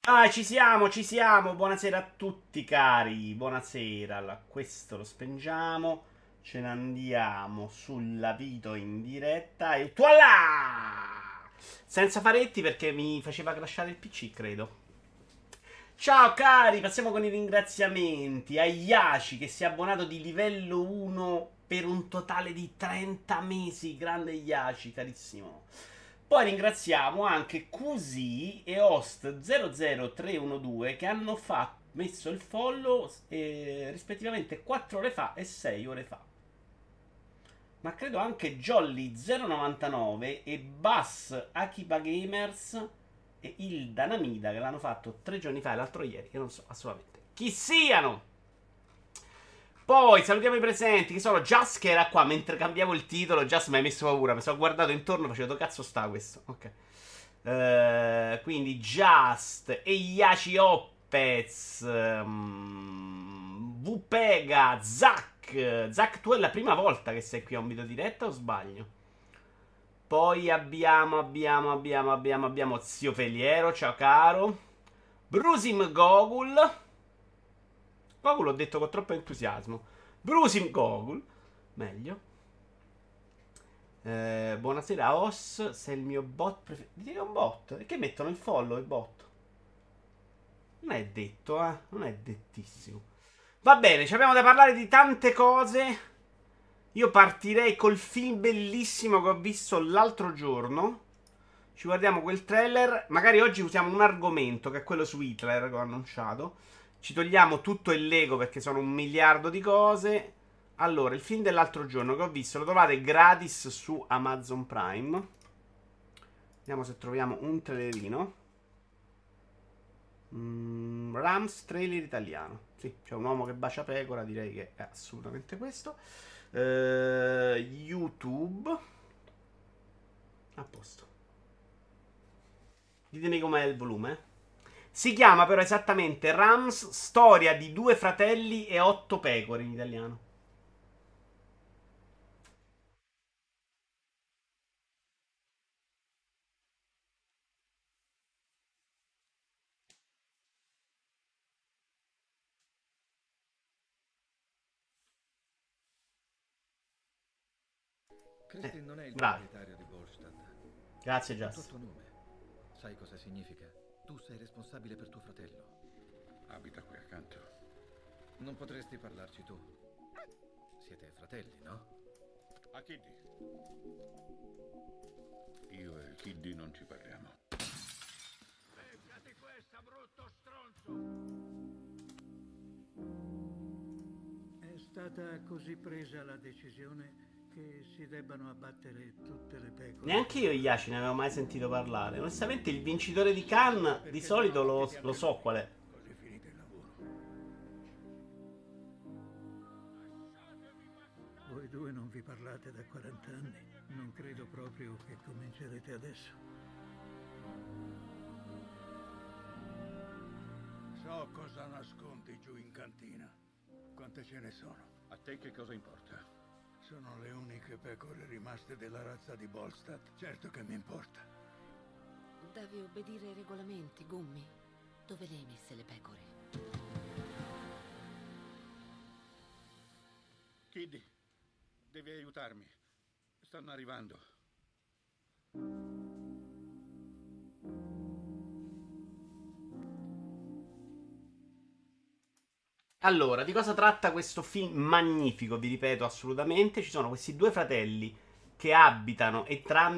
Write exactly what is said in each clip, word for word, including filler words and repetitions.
Ah, ci siamo, ci siamo. Buonasera a tutti, cari. Buonasera. Allora, questo lo spengiamo. Ce ne andiamo sulla Vito in diretta. E voilà! Senza faretti perché mi faceva crashare il P C, credo. Ciao cari, passiamo con i ringraziamenti a Yashi che si è abbonato di livello uno per un totale di trenta mesi. Grande Yashi, carissimo. Poi ringraziamo anche Cusì e Host zero zero tre uno due che hanno fatto, messo il follow eh, rispettivamente quattro ore fa e sei ore fa. Ma credo anche Jolly zero novantanove e Bass Akiba Gamers e il Danamida che l'hanno fatto tre giorni fa e l'altro ieri, che non so assolutamente chi siano. Poi salutiamo i presenti, che sono Just che era qua mentre cambiavo il titolo. Just mi hai messo paura, mi sono guardato intorno, facevo dove cazzo sta questo. Ok. Eh, quindi Just e Yaci Opez, um, Vupega, Zack. Zack, tu è la prima volta che sei qui a un video diretta o sbaglio? Poi abbiamo, abbiamo, abbiamo, abbiamo, abbiamo Zio Feliero, ciao caro. Brusim Gogul. Gogul ho detto con troppo entusiasmo. Brusim Gogul. Meglio. Eh, buonasera Os. Sei il mio bot preferito. Dite che è un bot. E che mettono il follow e bot? Non è detto, eh. Non è dettissimo. Va bene, ci abbiamo da parlare di tante cose. Io partirei col film bellissimo che ho visto l'altro giorno. Ci guardiamo quel trailer. Magari oggi usiamo un argomento che è quello su Hitler che ho annunciato. Ci togliamo tutto il Lego perché sono un miliardo di cose. Allora, il film dell'altro giorno che ho visto lo trovate gratis su Amazon Prime. Vediamo se troviamo un trailerino. Mm, Rams trailer italiano. Sì, c'è un uomo che bacia pecora, direi che è assolutamente questo. Uh, YouTube. A posto. Ditemi com'è il volume. Si chiama però esattamente Rams, storia di due fratelli e otto pecore in italiano. Eh, Kristin non è il bravi. proprietario di Volstad. Grazie, È tutto Jazz. il tuo nome. Sai cosa significa? Tu sei responsabile per tuo fratello. Abita qui accanto. Non potresti parlarci tu. Siete fratelli, no? A Kiddy. Io e Kiddy non ci parliamo. Beccati questa, brutto stronzo! È stata così presa la decisione che si debbano abbattere tutte le pecore. Neanche io Yashi ne avevo mai sentito parlare. Onestamente il vincitore di Cannes di solito lo, lo so qual è. Così finite il lavoro. Voi due non vi parlate da quaranta anni. Non credo proprio che comincerete adesso. So cosa nascondi giù in cantina. Quante ce ne sono? A te che cosa importa? Sono le uniche pecore rimaste della razza di Volstad. Certo che mi importa. Devi obbedire ai regolamenti, Gummi. Dove le hai messe le pecore? Kiddy, devi aiutarmi. Stanno arrivando. Allora, di cosa tratta questo film magnifico? Vi ripeto assolutamente. Ci sono questi due fratelli che abitano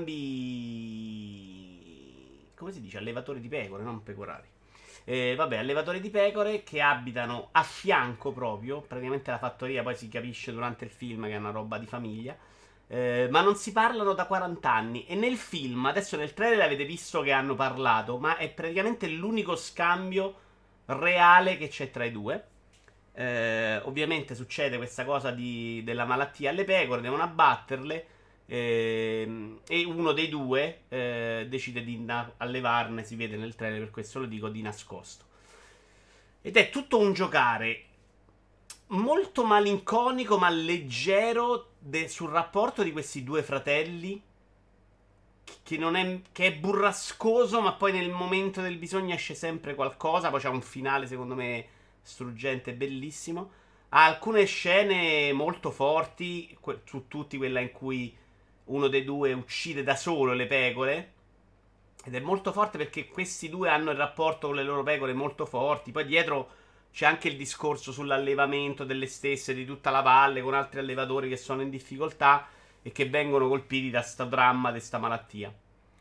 entrambi... come si dice? Allevatori di pecore, non pecorari. Eh, vabbè, allevatori di pecore che abitano a fianco proprio, praticamente la fattoria, poi si capisce durante il film che è una roba di famiglia. Eh, ma non si parlano da quaranta anni. E nel film, adesso nel trailer avete visto che hanno parlato, ma è praticamente l'unico scambio reale che c'è tra i due. Eh, ovviamente succede questa cosa di, della malattia alle pecore, devono abbatterle. ehm, e uno dei due eh, decide di na- allevarne, si vede nel trailer, per questo lo dico, di nascosto. Ed è tutto un giocare molto malinconico ma leggero de- sul rapporto di questi due fratelli che non è, che è burrascoso, ma poi nel momento del bisogno esce sempre qualcosa. Poi c'è un finale, secondo me, struggente e bellissimo. Ha alcune scene molto forti, que- su tutti quella in cui uno dei due uccide da solo le pecore. Ed è molto forte perché questi due hanno il rapporto con le loro pecore molto forti. Poi dietro c'è anche il discorso sull'allevamento delle stesse, di tutta la valle, con altri allevatori che sono in difficoltà e che vengono colpiti da sto dramma, di sta malattia.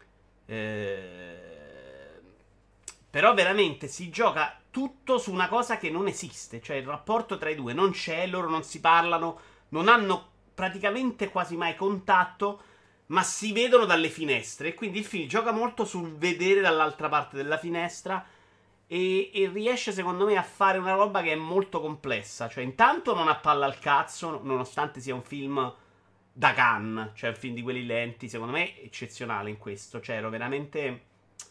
Eh... Però veramente si gioca tutto su una cosa che non esiste. Cioè il rapporto tra i due non c'è, loro non si parlano, non hanno praticamente quasi mai contatto, ma si vedono dalle finestre. E quindi il film gioca molto sul vedere dall'altra parte della finestra. E, e riesce secondo me a fare una roba che è molto complessa. Cioè intanto non appalla al cazzo, nonostante sia un film da Cannes, cioè un film di quelli lenti, secondo me eccezionale in questo. Cioè ero veramente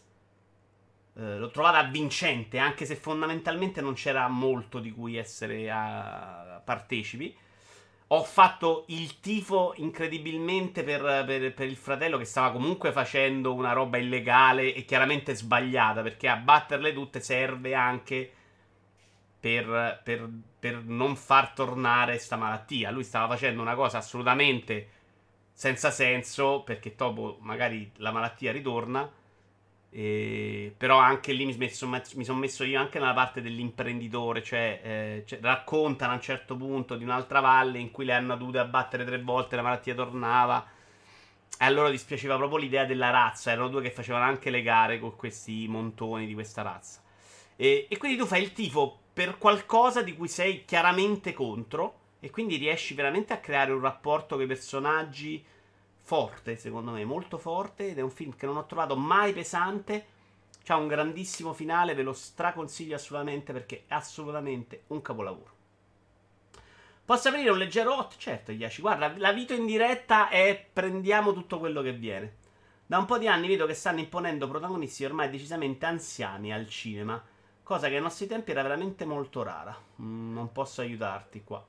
eh, l'ho trovata avvincente, anche se fondamentalmente non c'era molto di cui essere a, partecipi. Ho fatto il tifo incredibilmente per, per, per il fratello, che stava comunque facendo una roba illegale e chiaramente sbagliata, perché abbatterle tutte serve anche per, per, per non far tornare sta malattia. Lui stava facendo una cosa assolutamente senza senso, perché dopo magari la malattia ritorna. E... però anche lì mi, messo, mi sono messo io anche nella parte dell'imprenditore. Cioè, eh, cioè raccontano a un certo punto di un'altra valle in cui le hanno dovute abbattere tre volte, la malattia tornava, e a loro dispiaceva proprio l'idea della razza. Erano due che facevano anche le gare con questi montoni di questa razza, e, e quindi tu fai il tifo per qualcosa di cui sei chiaramente contro, e quindi riesci veramente a creare un rapporto con i personaggi forte, secondo me, molto forte. Ed è un film che non ho trovato mai pesante. C'ha un grandissimo finale, ve lo straconsiglio assolutamente, perché è assolutamente un capolavoro. Posso aprire un leggero hot? Certo, Yashi. Guarda, la Vito in diretta è prendiamo tutto quello che viene. Da un po' di anni vedo che stanno imponendo protagonisti ormai decisamente anziani al cinema, cosa che ai nostri tempi era veramente molto rara. Mm, non posso aiutarti qua.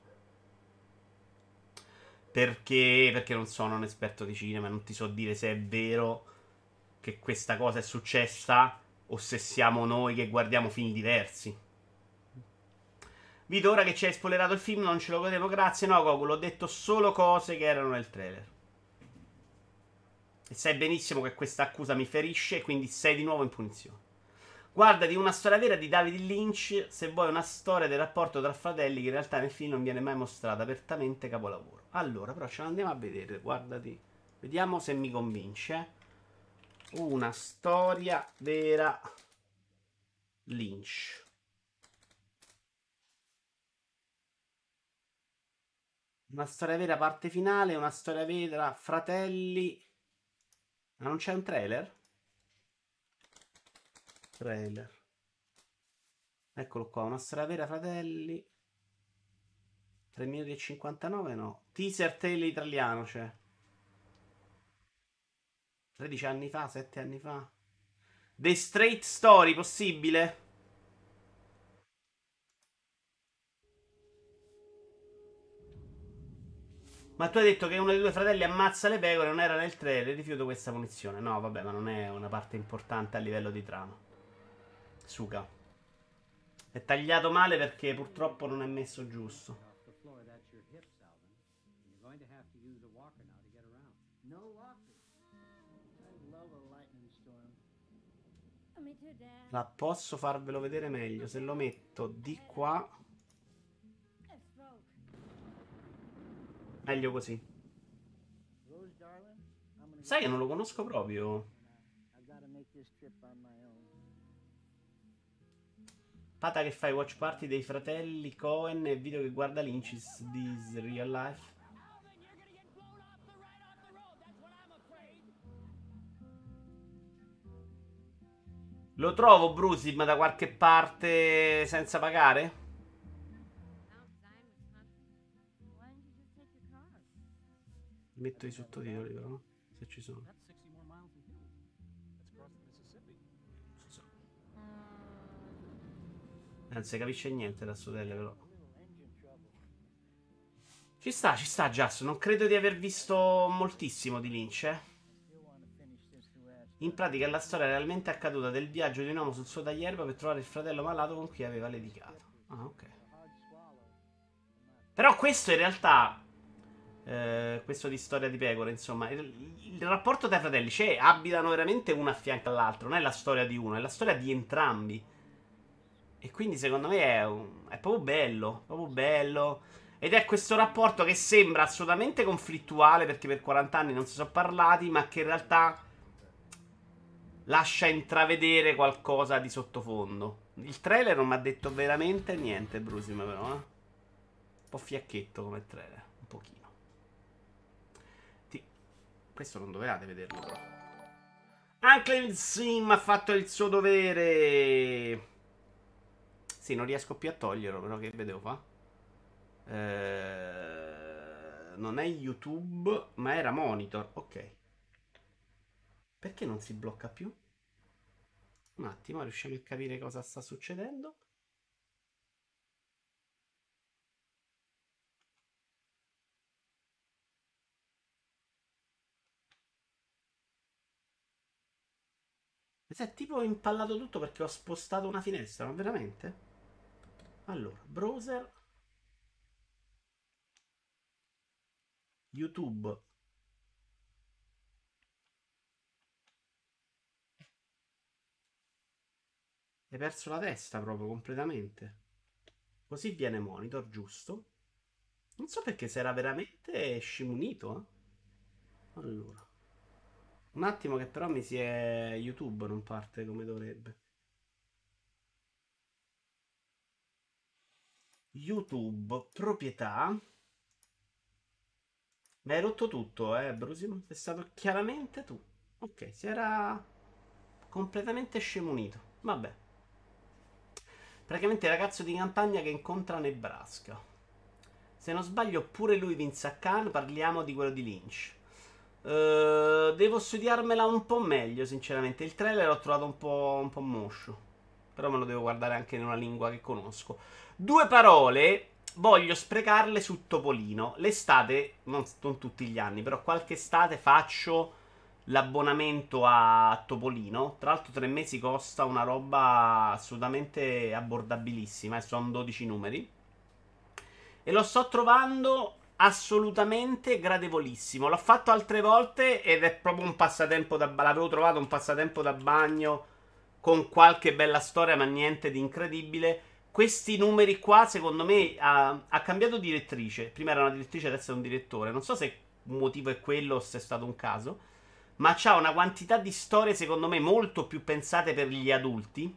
Perché? Perché non sono un esperto di cinema, non ti so dire se è vero che questa cosa è successa o se siamo noi che guardiamo film diversi. Vito, ora che ci hai spoilerato il film non ce lo godremo, grazie. No, Goku, ho detto solo cose che erano nel trailer. E sai benissimo che questa accusa mi ferisce, quindi sei di nuovo in punizione. Guardati una storia vera di David Lynch, se vuoi una storia del rapporto tra fratelli che in realtà nel film non viene mai mostrata, apertamente capolavoro. Allora, però ce l'andiamo a vedere, guardati. Vediamo se mi convince. Una storia vera Lynch. Una storia vera parte finale, una storia vera fratelli. Ma non c'è un trailer? Trailer. Eccolo qua, una storia vera fratelli. tre minuti e cinquantanove no. Teaser trailer italiano c'è. tredici anni fa, sette anni fa. The Straight Story, possibile? Ma tu hai detto che uno dei due fratelli ammazza le pecore, non era nel trailer, rifiuto questa punizione. No, vabbè, ma non è una parte importante a livello di trama. Suka. È tagliato male perché purtroppo non è messo giusto. La posso farvelo vedere meglio se lo metto di qua. Meglio così. Sai che non lo conosco proprio. Pata che fai watch party dei fratelli Cohen e video che guarda Lynch is this real life. Lo trovo Brusim da qualche parte senza pagare? Metto i sottotitoli però, se ci sono. Non si capisce niente da sto tele però. Ci sta, ci sta Just. Non credo di aver visto moltissimo di Lynch, eh. In pratica è la storia realmente accaduta del viaggio di un uomo sul suo taglierba per trovare il fratello malato con cui aveva litigato. Ah, ok. Però questo in realtà, eh, questo di Storia di Pecore, insomma, il, il rapporto tra i fratelli, cioè, abitano veramente uno a fianco all'altro, non è la storia di uno, è la storia di entrambi. E quindi secondo me è, un- è proprio bello, proprio bello. Ed è questo rapporto che sembra assolutamente conflittuale perché per quaranta anni non si sono parlati, ma che in realtà lascia intravedere qualcosa di sottofondo. Il trailer non mi ha detto veramente niente, Brusim, però, eh. Un po' fiacchetto come trailer, un pochino. Sì, questo non dovevate vederlo, però. Anche il Sim ha fatto il suo dovere. Sì, non riesco più a toglierlo, però che vedevo fa? Eh, non è YouTube, ma era Monitor. Ok. Perché non si blocca più? Un attimo, riusciamo a capire cosa sta succedendo. Si è tipo impallato tutto perché ho spostato una finestra, ma veramente? Allora, browser, YouTube. Hai perso la testa proprio completamente. Così viene monitor, giusto? Non so perché si era veramente scimunito, eh. Allora. Un attimo che però mi si è... YouTube non parte come dovrebbe. YouTube, proprietà. Mi hai rotto tutto, eh, Brusimo? È stato chiaramente tu. Ok, si era completamente scemunito. Vabbè. Praticamente il ragazzo di campagna che incontra Nebraska. Se non sbaglio, pure lui vinse a Cannes. Parliamo di quello di Lynch. Uh, devo studiarmela un po' meglio, sinceramente. Il trailer l'ho trovato un po', un po' moscio. Però me lo devo guardare anche in una lingua che conosco. Due parole voglio sprecarle su Topolino. L'estate, non, non tutti gli anni, però qualche estate faccio l'abbonamento a Topolino. Tra l'altro tre mesi costa una roba assolutamente abbordabilissima, e sono dodici numeri. E lo sto trovando assolutamente gradevolissimo. L'ho fatto altre volte ed è proprio un passatempo da... L'avevo trovato un passatempo da bagno con qualche bella storia, ma niente di incredibile. Questi numeri qua, secondo me, ha, ha cambiato direttrice. Prima era una direttrice, adesso è un direttore. Non so se un motivo è quello o se è stato un caso. Ma c'ha una quantità di storie, secondo me, molto più pensate per gli adulti.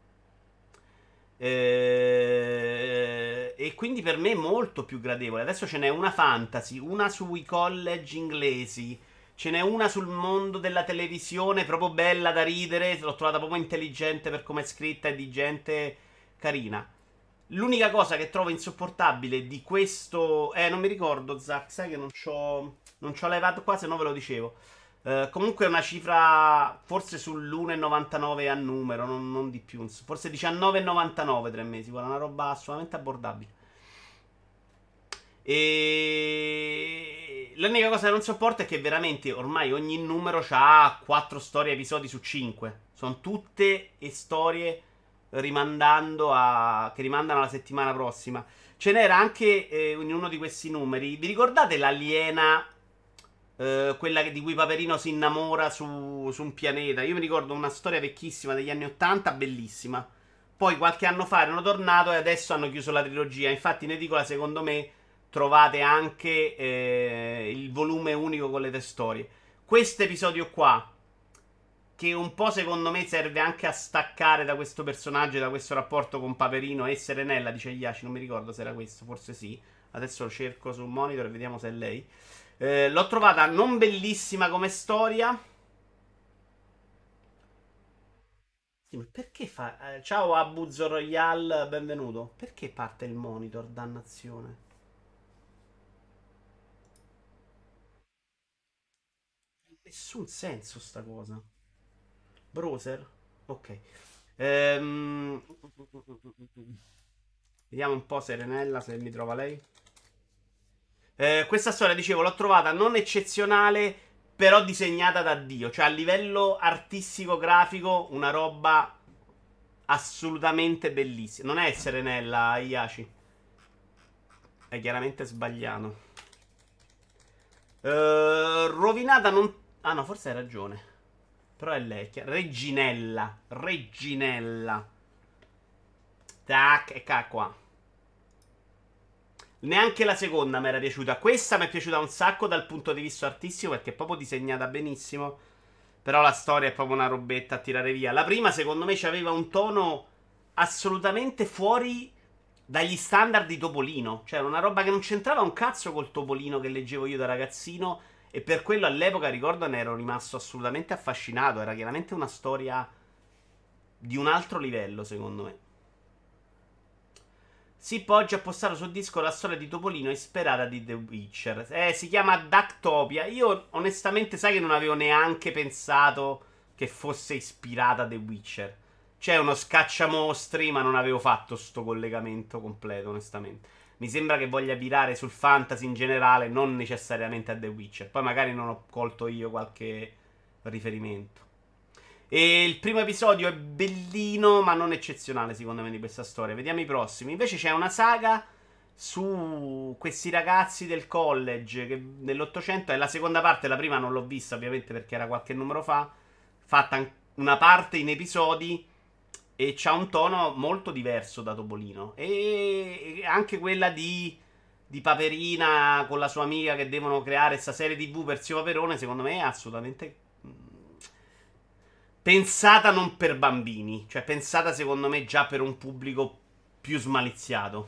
Eh, e quindi per me è molto più gradevole. Adesso ce n'è una fantasy, una sui college inglesi. Ce n'è una sul mondo della televisione, proprio bella da ridere. L'ho trovata proprio intelligente per come è scritta e di gente carina. L'unica cosa che trovo insopportabile di questo... Eh, non mi ricordo, Zack, sai che non c'ho... Non c'ho levato qua, se no ve lo dicevo. Eh, comunque è una cifra forse sull'uno virgola novantanove a numero, non, non di più. Forse diciannove virgola novantanove tre mesi. Guarda, una roba assolutamente abbordabile. E l'unica cosa che non sopporto è che veramente ormai ogni numero ha quattro storie episodi su cinque. Sono tutte e storie rimandando a... che rimandano alla settimana prossima. Ce n'era anche eh, in uno di questi numeri. Vi ricordate l'aliena? Eh, quella che- di cui Paperino si innamora su, su un pianeta. Io mi ricordo una storia vecchissima degli anni ottanta, bellissima. Poi qualche anno fa erano tornato e adesso hanno chiuso la trilogia. Infatti in edicola, secondo me, trovate anche eh, il volume unico con le tre storie. Questo episodio qua, che un po' secondo me serve anche a staccare da questo personaggio e da questo rapporto con Paperino e Serenella, dice Iaci, non mi ricordo se era questo, forse sì. Adesso lo cerco sul monitor e vediamo se è lei. Eh, l'ho trovata non bellissima come storia. Sì, ma perché fa... eh, ciao Abuzzo Royal, benvenuto. Perché parte il monitor, dannazione? Nessun senso sta cosa. Browser? Ok. Ehm... Vediamo un po' Serenella se mi trova lei. Eh, questa storia, dicevo, l'ho trovata non eccezionale, però disegnata da Dio. Cioè a livello artistico grafico una roba assolutamente bellissima. Non è Serenella, Iaci. È chiaramente sbagliato. Uh, rovinata non... Ah no, forse hai ragione. Però è lei. Reginella. Reginella. Tac, eccola qua. Neanche la seconda mi era piaciuta. Questa mi è piaciuta un sacco dal punto di vista artistico, perché è proprio disegnata benissimo. Però la storia è proprio una robetta a tirare via. La prima secondo me aveva un tono assolutamente fuori dagli standard di Topolino. Cioè una roba che non c'entrava un cazzo col Topolino che leggevo io da ragazzino. E per quello all'epoca, ricordo, ne ero rimasto assolutamente affascinato. Era chiaramente una storia di un altro livello, secondo me. Si poggia a postare sul disco la storia di Topolino ispirata di The Witcher. Eh, si chiama Ducktopia. Io onestamente sai che non avevo neanche pensato che fosse ispirata a The Witcher. C'è uno scacciamostri, ma non avevo fatto sto collegamento completo, onestamente. Mi sembra che voglia virare sul fantasy in generale, non necessariamente a The Witcher. Poi magari non ho colto io qualche riferimento. E il primo episodio è bellino, ma non eccezionale, secondo me, di questa storia. Vediamo i prossimi. Invece c'è una saga su questi ragazzi del college che nell'Ottocento. È la seconda parte, la prima non l'ho vista, ovviamente, perché era qualche numero fa. Fatta una parte in episodi e c'ha un tono molto diverso da Topolino. E anche quella di, di Paperina con la sua amica che devono creare questa serie tivù per Zio Paperone, secondo me è assolutamente pensata non per bambini, cioè pensata secondo me già per un pubblico più smaliziato.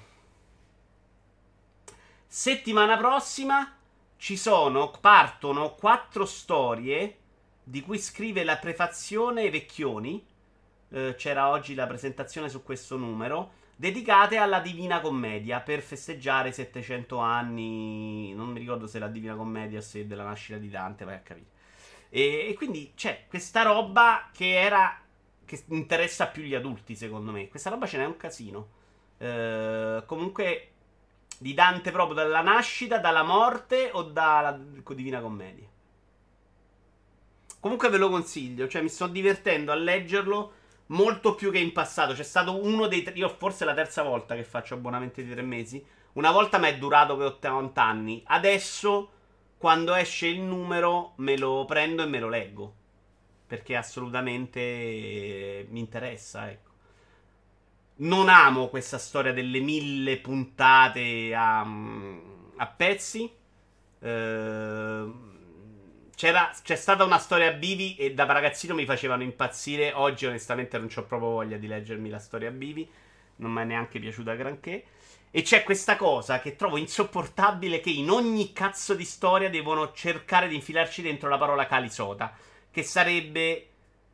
Settimana prossima ci sono, partono quattro storie di cui scrive la prefazione Vecchioni. Eh, c'era oggi la presentazione su questo numero, dedicate alla Divina Commedia per festeggiare i settecento anni. Non mi ricordo se la Divina Commedia o se della nascita di Dante, vai a capire. E, e quindi c'è questa roba che era che interessa più gli adulti, secondo me. Questa roba ce n'è un casino. Eh, comunque di Dante proprio dalla nascita, dalla morte o dalla Divina Commedia. Comunque ve lo consiglio, cioè mi sto divertendo a leggerlo molto più che in passato. C'è stato uno dei tre, io forse è la terza volta che faccio abbonamenti di tre mesi. Una volta mi è durato per ottanta anni. Adesso quando esce il numero me lo prendo e me lo leggo, perché assolutamente mi interessa, ecco. Non amo questa storia delle mille puntate a, a pezzi. Eh, c'era, c'è stata una storia a bivi e da ragazzino mi facevano impazzire. Oggi onestamente non c'ho proprio voglia di leggermi la storia a bivi. Non mi è neanche piaciuta granché. E c'è questa cosa che trovo insopportabile, che in ogni cazzo di storia devono cercare di infilarci dentro la parola calisota, che sarebbe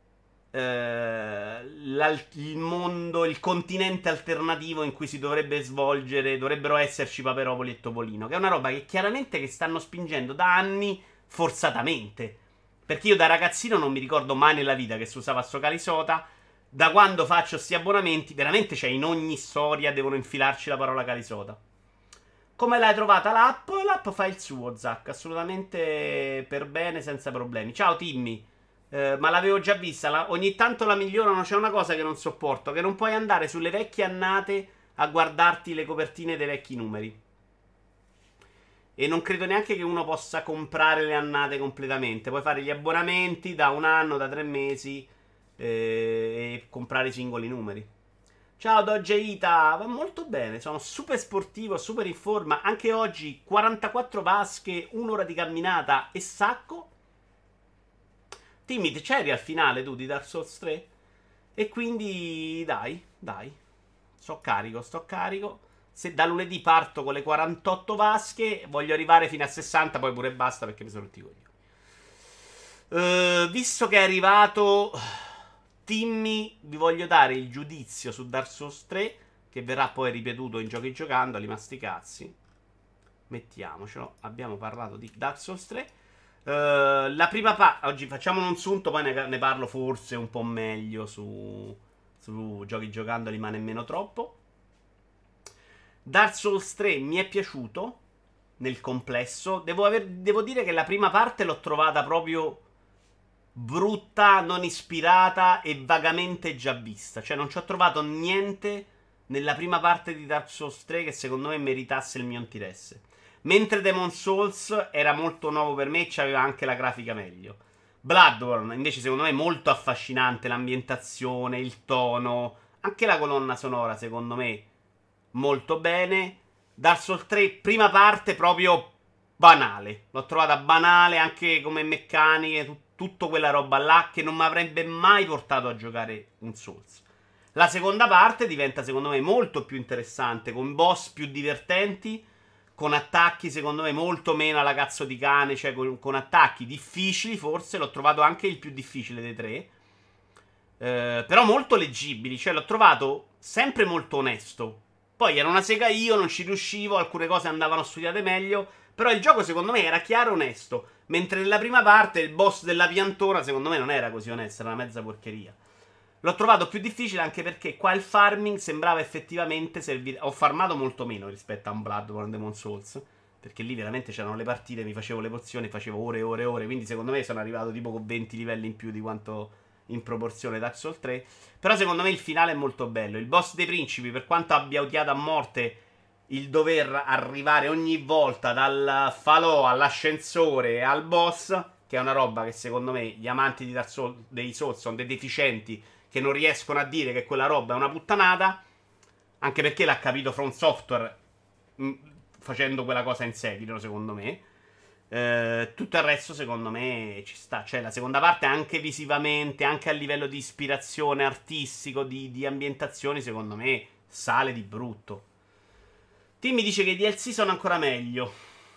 eh, il mondo, il continente alternativo in cui si dovrebbe svolgere, dovrebbero esserci Paperopoli e Topolino, che è una roba che chiaramente che stanno spingendo da anni forzatamente, perché io da ragazzino non mi ricordo mai nella vita che si usava sto calisota. Da quando faccio sti abbonamenti, veramente, cioè, in ogni storia devono infilarci la parola calisota. Come l'hai trovata l'app? L'app fa il suo, Zac, assolutamente per bene, senza problemi. Ciao Timmy, eh, ma l'avevo già vista, la, ogni tanto la migliorano. C'è una cosa che non sopporto, che non puoi andare sulle vecchie annate a guardarti le copertine dei vecchi numeri. E non credo neanche che uno possa comprare le annate completamente. Puoi fare gli abbonamenti da un anno, da tre mesi e comprare i singoli numeri. Ciao Dogeita, va molto bene, sono super sportivo, super in forma. Anche oggi quarantaquattro vasche, un'ora di camminata e sacco. Timid, c'eri al finale tu di Dark Souls tre? E quindi dai, dai, sto carico, sto carico. Se da lunedì parto con le quarantotto vasche, voglio arrivare fino a sessanta, poi pure basta perché mi sono rotti io. Uh, visto che è arrivato Timmy, vi voglio dare il giudizio su Dark Souls tre, che verrà poi ripetuto in Giochi Giocando, li sti cazzi. Mettiamocelo, abbiamo parlato di Dark Souls tre. Uh, la prima parte, oggi facciamo un sunto, poi ne, ne parlo forse un po' meglio su, su Giochi Giocando, ma nemmeno troppo. Dark Souls tre mi è piaciuto, nel complesso. Devo, aver, devo dire che la prima parte l'ho trovata proprio brutta, non ispirata e vagamente già vista. Cioè non ci ho trovato niente nella prima parte di Dark Souls tre che secondo me meritasse il mio interesse. Mentre Demon Souls era molto nuovo per me e c'aveva anche la grafica meglio. Bloodborne invece secondo me è molto affascinante, l'ambientazione, il tono, anche la colonna sonora secondo me molto bene. Dark Souls tre prima parte proprio banale, l'ho trovata banale anche come meccaniche, tut- tutto quella roba là che non mi avrebbe mai portato a giocare un Souls. La seconda parte diventa secondo me molto più interessante, con boss più divertenti, con attacchi secondo me molto meno alla cazzo di cane, cioè con, con attacchi difficili, forse l'ho trovato anche il più difficile dei tre, eh, però molto leggibili, cioè l'ho trovato sempre molto onesto. Poi era una sega io, non ci riuscivo, alcune cose andavano studiate meglio, però il gioco secondo me era chiaro e onesto, mentre nella prima parte il boss della piantona secondo me non era così onesto, era una mezza porcheria. L'ho trovato più difficile anche perché qua il farming sembrava effettivamente servire. Ho farmato molto meno rispetto a un Bloodborne e Demon Souls, perché lì veramente c'erano le partite, mi facevo le pozioni, facevo ore e ore e ore, quindi secondo me sono arrivato tipo con venti livelli in più di quanto in proporzione Dark Souls tre. Però secondo me il finale è molto bello. Il boss dei principi, per quanto abbia odiato a morte il dover arrivare ogni volta dal falò all'ascensore e al boss, che è una roba che secondo me gli amanti di Dark Souls, dei Souls sono dei deficienti che non riescono a dire che quella roba è una puttanata, anche perché l'ha capito From Software mh, facendo quella cosa in Sekiro, secondo me. Eh, tutto il resto secondo me ci sta. Cioè la seconda parte anche visivamente, anche a livello di ispirazione artistico, di, di ambientazioni, secondo me sale di brutto. Tim mi dice che i D L C sono ancora meglio.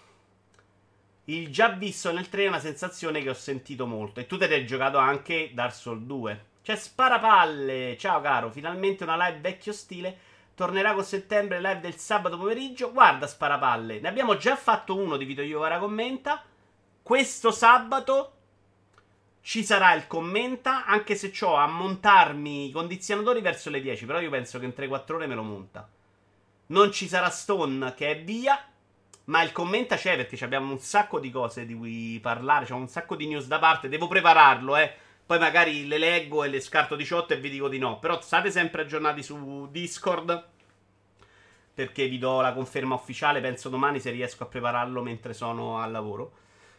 Il già visto nel tre è una sensazione che ho sentito molto. E tu te l'hai giocato anche Dark Souls due. C'è Sparapalle, ciao caro, finalmente una live vecchio stile. Tornerà con settembre live del sabato pomeriggio. Guarda Sparapalle, ne abbiamo già fatto uno di Vito Iovara commenta. Questo sabato ci sarà il commenta, anche se c'ho a montarmi i condizionatori verso le dieci. Però io penso che in tre quattro ore me lo monta. Non ci sarà Stone che è via, ma il commenta c'è perché abbiamo un sacco di cose di cui parlare. C'è un sacco di news da parte, devo prepararlo eh. Poi magari le leggo e le scarto diciotto e vi dico di no. Però state sempre aggiornati su Discord, perché vi do la conferma ufficiale. Penso domani se riesco a prepararlo mentre sono al lavoro.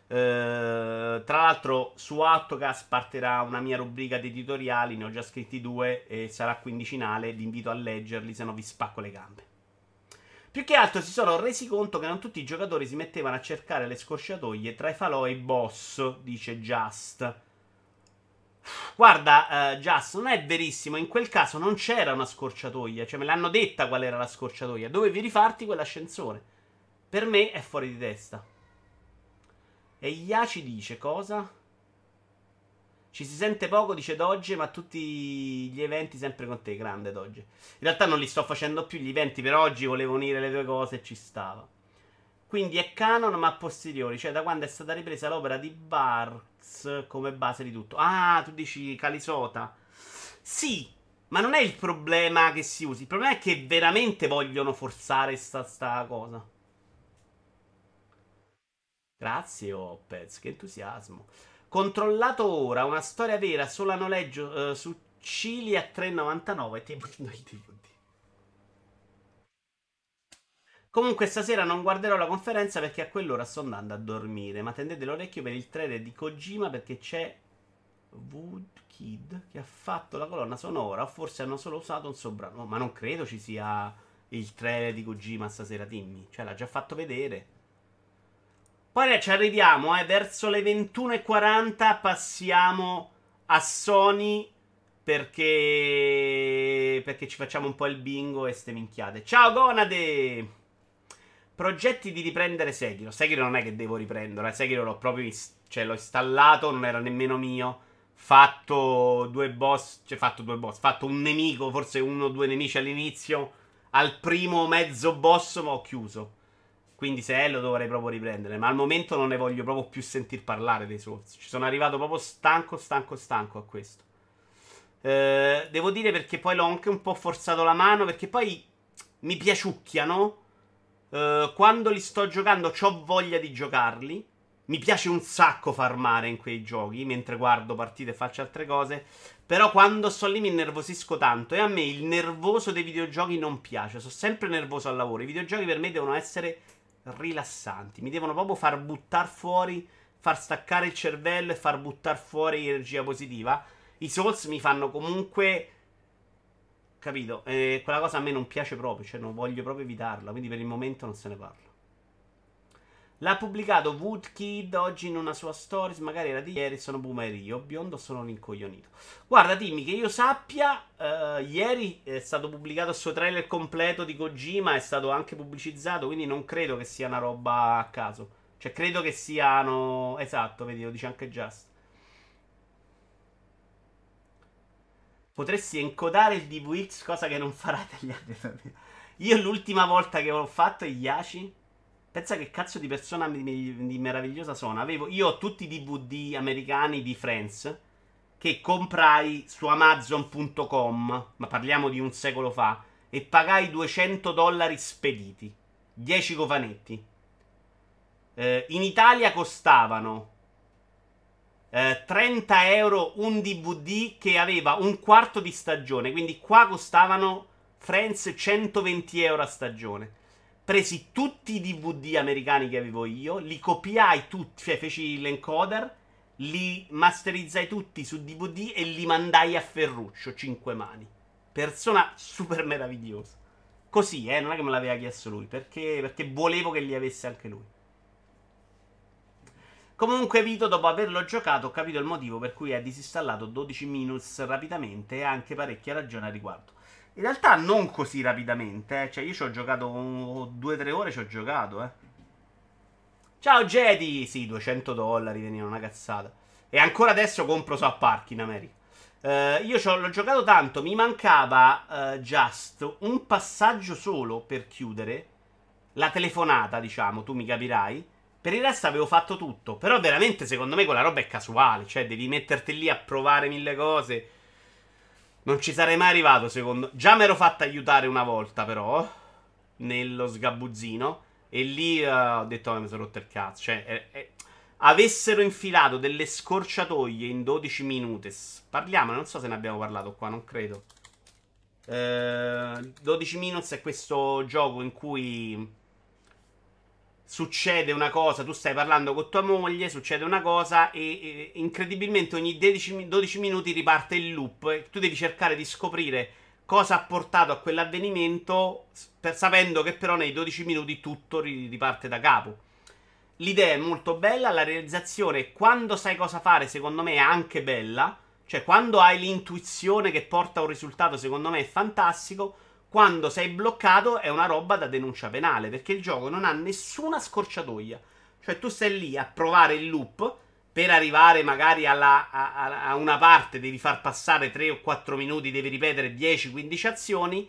eh, Tra l'altro su Autocast partirà una mia rubrica di editoriali. Ne ho già scritti due e sarà quindicinale. Vi invito a leggerli, se no vi spacco le gambe. Più che altro si sono resi conto che non tutti i giocatori si mettevano a cercare le scorciatoie tra i falò e i boss, dice Just. Guarda, uh, Just, non è verissimo. In quel caso non c'era una scorciatoia. Cioè, me l'hanno detta qual era la scorciatoia. Dovevi rifarti quell'ascensore. Per me è fuori di testa. E Iaci dice cosa? Ci si sente poco, dice Dogge, ma tutti gli eventi sempre con te. Grande Dogge. In realtà non li sto facendo più gli eventi per oggi. Volevo unire le due cose e ci stava. Quindi è canon ma a posteriori. Cioè da quando è stata ripresa l'opera di Barks come base di tutto. Ah, tu dici Calisota. Sì, ma non è il problema che si usi. Il problema è che veramente vogliono forzare sta, sta cosa. Grazie Opez, che entusiasmo. Controllato ora, una storia vera solo a noleggio uh, su Cili a tre e novantanove. Tempo di D V D. Comunque stasera non guarderò la conferenza perché a quell'ora sto andando a dormire. Ma tendete l'orecchio per il trailer di Kojima perché c'è Woodkid che ha fatto la colonna sonora. O forse hanno solo usato un soprano. No, ma non credo ci sia il trailer di Kojima stasera, Timmy. Cioè l'ha già fatto vedere. Poi ci arriviamo, eh. Verso le ventuno e quaranta passiamo a Sony perché... perché ci facciamo un po' il bingo e ste minchiate. Ciao Gonade! Progetti di riprendere Sekiro. Sekiro non è che devo riprenderlo, eh. Sekiro l'ho proprio is- cioè, l'ho installato, non era nemmeno mio. Fatto due boss, cioè fatto due boss, fatto un nemico, forse uno o due nemici all'inizio. Al primo mezzo boss ma ho chiuso. Quindi se è lo dovrei proprio riprendere. Ma al momento non ne voglio proprio più sentir parlare dei Souls. Ci sono arrivato proprio stanco, stanco, stanco a questo. Eh, devo dire perché poi l'ho anche un po' forzato la mano, perché poi mi piaciucchiano. Uh, quando li sto giocando c'ho voglia di giocarli. Mi piace un sacco farmare in quei giochi mentre guardo partite e faccio altre cose. Però quando sto lì mi innervosisco tanto. E a me il nervoso dei videogiochi non piace. Sono sempre nervoso al lavoro. I videogiochi per me devono essere rilassanti. Mi devono proprio far buttare fuori, far staccare il cervello e far buttare fuori energia positiva. I Souls mi fanno comunque... Capito? E quella cosa a me non piace proprio, cioè non voglio proprio evitarla, quindi per il momento non se ne parla. L'ha pubblicato Woodkid oggi in una sua stories, magari era di ieri, sono boomer io, biondo sono un incoglionito. Guarda, dimmi che io sappia, uh, ieri è stato pubblicato il suo trailer completo di Kojima, è stato anche pubblicizzato, quindi non credo che sia una roba a caso. Cioè credo che siano... Esatto, vedi, lo dice anche Just. Potresti encodare il D V X, cosa che non farai dagli altri. Io l'ultima volta che ho fatto gli Yashi, pensa che cazzo di persona mi- mi- di meravigliosa sono. Avevo, io ho tutti i D V D americani di Friends che comprai su Amazon punto com, ma parliamo di un secolo fa, e pagai duecento dollari spediti, dieci cofanetti. Eh, in Italia costavano Eh, trenta euro un D V D che aveva un quarto di stagione. Quindi qua costavano Friends centoventi euro a stagione. Presi tutti i D V D americani che avevo io, li copiai tutti, cioè feci l'encoder, li masterizzai tutti su D V D e li mandai a Ferruccio, cinque mani. Persona super meravigliosa. Così, eh, non è che me l'aveva chiesto lui, perché, perché volevo che li avesse anche lui. Comunque Vito, dopo averlo giocato, ho capito il motivo per cui ha disinstallato dodici minutes rapidamente e ha anche parecchia ragione a riguardo. In realtà non così rapidamente, eh. Cioè io ci ho giocato due o tre ore, ci ho giocato, eh. Ciao Jedi! Sì, duecento dollari, veniva una cazzata. E ancora adesso compro su Appark in America. Eh, io l'ho giocato tanto, mi mancava eh, just un passaggio solo per chiudere. La telefonata, diciamo, tu mi capirai. Per il resto avevo fatto tutto. Però veramente secondo me quella roba è casuale. Cioè devi metterti lì a provare mille cose. Non ci sarei mai arrivato secondo. Già mi ero fatto aiutare una volta però nello sgabuzzino. E lì uh, ho detto oh, mi sono rotto il cazzo. Cioè eh, eh, avessero infilato delle scorciatoie in dodici minuti. Parliamo, non so se ne abbiamo parlato qua, non credo. eh, dodici Minutes è questo gioco in cui succede una cosa, tu stai parlando con tua moglie, succede una cosa e, e incredibilmente ogni dodici, dodici minuti riparte il loop e tu devi cercare di scoprire cosa ha portato a quell'avvenimento, per, sapendo che però nei dodici minuti tutto riparte da capo. L'idea è molto bella, la realizzazione quando sai cosa fare secondo me è anche bella, cioè quando hai l'intuizione che porta a un risultato secondo me è fantastico. Quando sei bloccato è una roba da denuncia penale, perché il gioco non ha nessuna scorciatoia. Cioè tu stai lì a provare il loop, per arrivare magari alla, a, a una parte devi far passare tre o quattro minuti, devi ripetere dieci quindici azioni,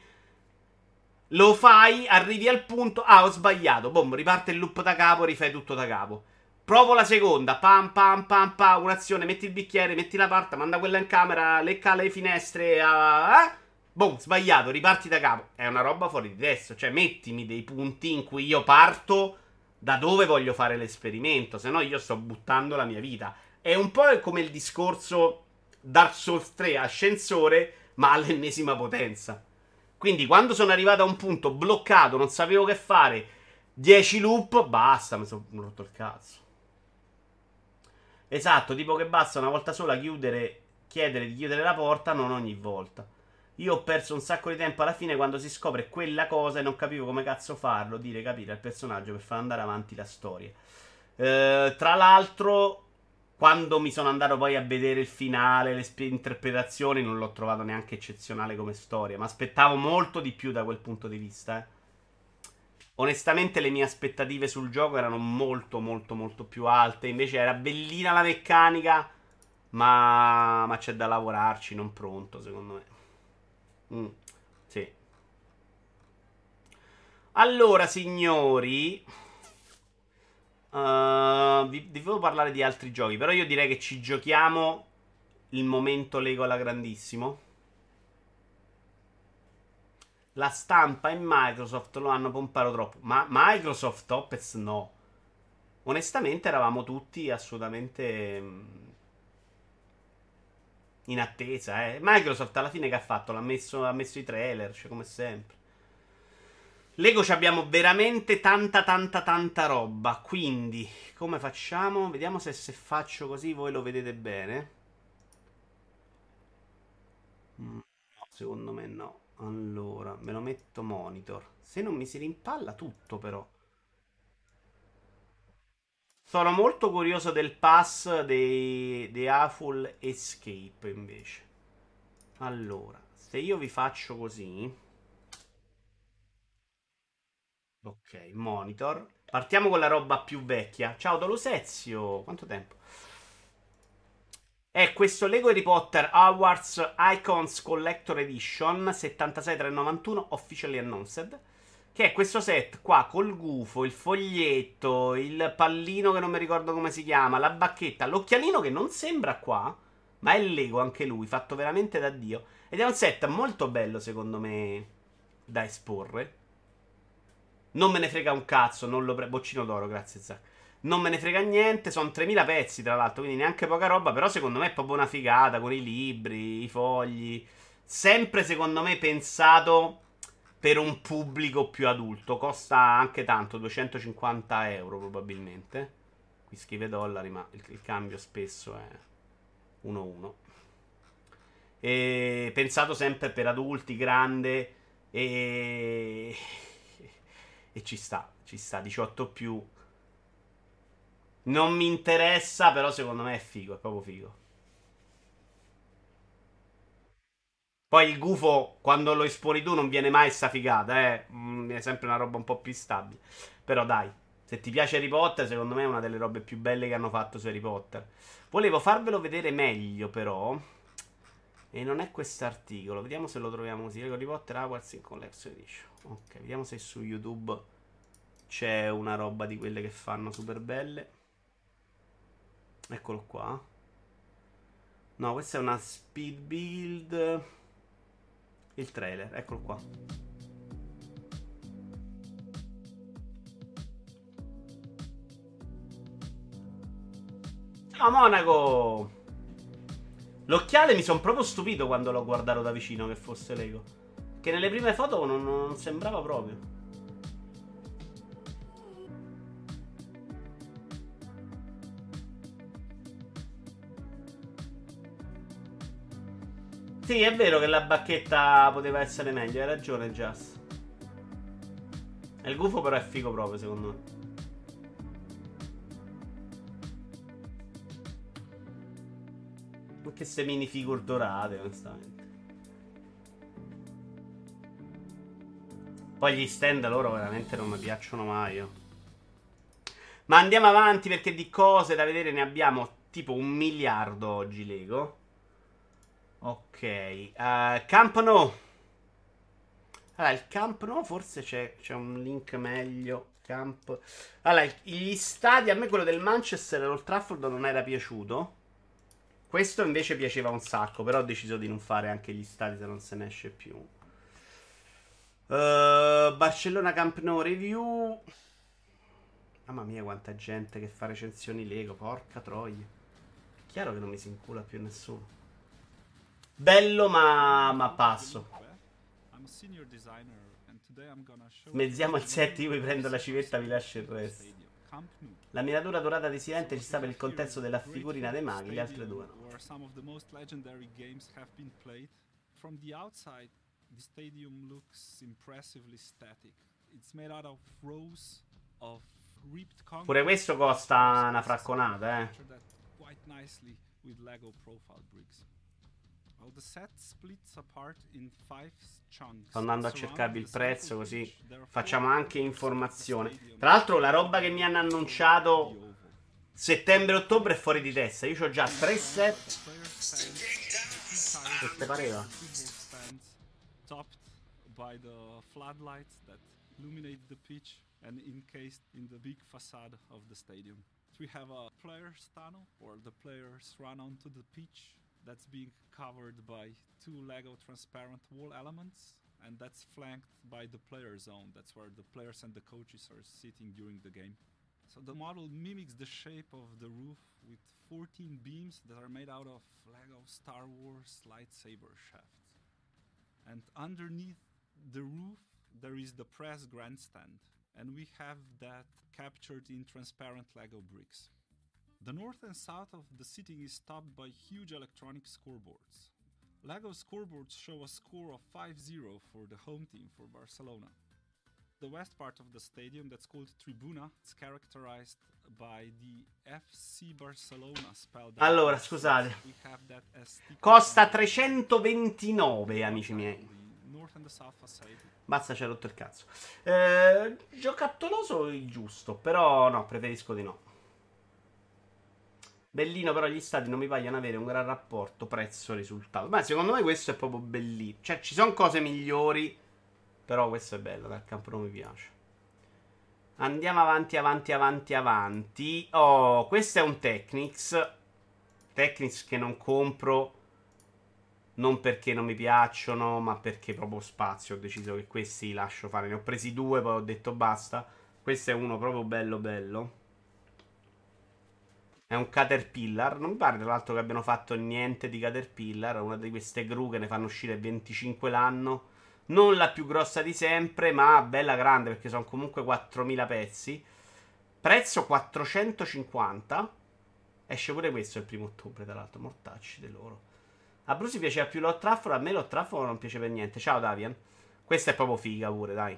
lo fai, arrivi al punto, ah ho sbagliato, boom, riparte il loop da capo, rifai tutto da capo. Provo la seconda, pam pam pam pam, un'azione, metti il bicchiere, metti la carta, manda quella in camera, lecca le finestre, ah... Eh? Boom, sbagliato, riparti da capo. È una roba fuori di testa. Cioè, mettimi dei punti in cui io parto da dove voglio fare l'esperimento. Se no, io sto buttando la mia vita. È un po' come il discorso Dark Souls tre, ascensore, ma all'ennesima potenza. Quindi, quando sono arrivato a un punto bloccato, non sapevo che fare, dieci loop, basta, mi sono rotto il cazzo. Esatto, tipo che basta una volta sola chiudere, chiedere di chiudere la porta, non ogni volta. Io ho perso un sacco di tempo alla fine quando si scopre quella cosa e non capivo come cazzo farlo, dire capire al personaggio per far andare avanti la storia. Eh, tra l'altro, quando mi sono andato poi a vedere il finale, le sp- interpretazioni, non l'ho trovato neanche eccezionale come storia. Ma aspettavo molto di più da quel punto di vista, eh. Onestamente le mie aspettative sul gioco erano molto molto molto più alte. Invece era bellina la meccanica, ma, ma c'è da lavorarci, non pronto secondo me. Mm, sì. Allora, signori, uh, vi, vi devo parlare di altri giochi. Però io direi che ci giochiamo il momento Lego alla grandissimo. La stampa e Microsoft lo hanno pompato troppo. Ma Microsoft Opez no. Onestamente eravamo tutti assolutamente mm, in attesa, eh. Microsoft alla fine che ha fatto? L'ha messo, ha messo i trailer, cioè come sempre. Lego ci abbiamo veramente tanta tanta tanta roba. Quindi, come facciamo? Vediamo se, se faccio così voi lo vedete bene. Mm, no, secondo me no. Allora, me lo metto monitor. Se non mi si rimpalla tutto però. Sono molto curioso del pass dei, dei Awful Escape invece. Allora, se io vi faccio così. Ok, monitor. Partiamo con la roba più vecchia. Ciao Dolosezio, quanto tempo? È questo Lego Harry Potter Hogwarts Icons Collector Edition settantasei tre novantuno Officially Announced. Che è questo set qua col gufo, il foglietto, il pallino che non mi ricordo come si chiama, la bacchetta, l'occhialino che non sembra qua, ma è Lego anche lui, fatto veramente da Dio. Ed è un set molto bello secondo me da esporre. Non me ne frega un cazzo, non lo pre- boccino d'oro, grazie Zac. Non me ne frega niente, sono tremila pezzi tra l'altro, quindi neanche poca roba, però secondo me è proprio una figata con i libri, i fogli. Sempre secondo me pensato per un pubblico più adulto. Costa anche tanto, duecentocinquanta euro probabilmente. Qui scrive dollari, ma il, il cambio spesso è uno a uno. E pensato sempre per adulti, grande e... e ci sta, ci sta, diciotto più. Non mi interessa, però secondo me è figo, è proprio figo. Poi il gufo, quando lo esponi tu, non viene mai sta figata, eh. Mm, è sempre una roba un po' più stabile. Però dai, se ti piace Harry Potter, secondo me è una delle robe più belle che hanno fatto su Harry Potter. Volevo farvelo vedere meglio, però. E non è quest'articolo. Vediamo se lo troviamo così. Harry Potter Hogwarts in Collection Edition. Ok, vediamo se su YouTube c'è una roba di quelle che fanno super belle. Eccolo qua. No, questa è una speed build. Il trailer, eccolo qua. Ciao Monaco! L'occhiale mi sono proprio stupito quando l'ho guardato da vicino che fosse Lego. Che nelle prime foto non, non sembrava proprio. Sì, è vero che la bacchetta poteva essere meglio, hai ragione, Just. Il gufo però è figo proprio, secondo me. Che se minifigure dorate, onestamente. Poi gli stand loro veramente non mi piacciono mai. Io. Ma andiamo avanti perché di cose da vedere ne abbiamo tipo un miliardo oggi, Lego. Ok. Uh, Camp Nou. Allora, il Camp Nou forse c'è, c'è un link meglio. Camp. Allora, gli stadi, a me quello del Manchester e l'Old Trafford non era piaciuto. Questo invece piaceva un sacco, però ho deciso di non fare anche gli stadi se non se ne esce più. Uh, Barcellona Camp Nou review. Mamma mia quanta gente che fa recensioni Lego, porca troia. È chiaro che non mi si incula più nessuno. Bello ma, ma passo. Smezziamo il set, io vi prendo la civetta, vi lascio il resto. La miniatura dorata di Silente ci sta per il contesto della figurina dei maghi, le altre due no. The stadium looks impressively static. It's made out of rows of ripped concrete. Pure questo costa una fracconata, eh. Quite nicely with Lego profile bricks. Well, the set splits apart in five chunks. Sto andando a cercarvi il prezzo così facciamo anche informazione. Tra l'altro la roba che mi hanno annunciato settembre-ottobre è fuori di testa. Io ho già tre set. Che te pareva? Topped by the floodlights that illuminate the pitch and encased in the big facade of the stadium. We have a player's tunnel where the players run onto the pitch that's being covered by two Lego transparent wall elements and that's flanked by the player zone. That's where the players and the coaches are sitting during the game. So the model mimics the shape of the roof with fourteen beams that are made out of Lego Star Wars lightsaber shafts. And underneath the roof there is the press grandstand, and we have that captured in transparent Lego bricks. The north and south of the seating is topped by huge electronic scoreboards. Lego scoreboards show a score of five zero for the home team, for Barcelona. The west part of the stadium, that's called Tribuna, is characterized by the F C Barcelona spelled out. Allora, scusate. We have that as Costa trecentoventinove, amici miei. the north and the south facade. Basta, ci ha rotto il cazzo. Eh, giocattoloso il giusto, però no, preferisco di no. Bellino, però gli stati non mi paiono avere un gran rapporto prezzo-risultato. Ma secondo me questo è proprio bellino. Cioè, ci sono cose migliori, però questo è bello, dal campo non mi piace. Andiamo avanti, avanti, avanti, avanti. Oh, questo è un Technics. Technics che non compro, non perché non mi piacciono, ma perché proprio spazio. Ho deciso che questi li lascio fare. Ne ho presi due, poi ho detto basta. Questo è uno proprio bello bello. È un Caterpillar. Non mi pare tra l'altro che abbiano fatto niente di Caterpillar. Una di queste gru che ne fanno uscire venticinque l'anno. Non la più grossa di sempre, ma bella grande, perché sono comunque quattromila pezzi. Prezzo quattrocentocinquanta. Esce pure questo il primo ottobre, tra l'altro. Mortacci di loro. A Bruce piaceva più l'Old Trafford. A me l'Old Trafford non piace per niente. Ciao Davian. Questa è proprio figa pure, dai.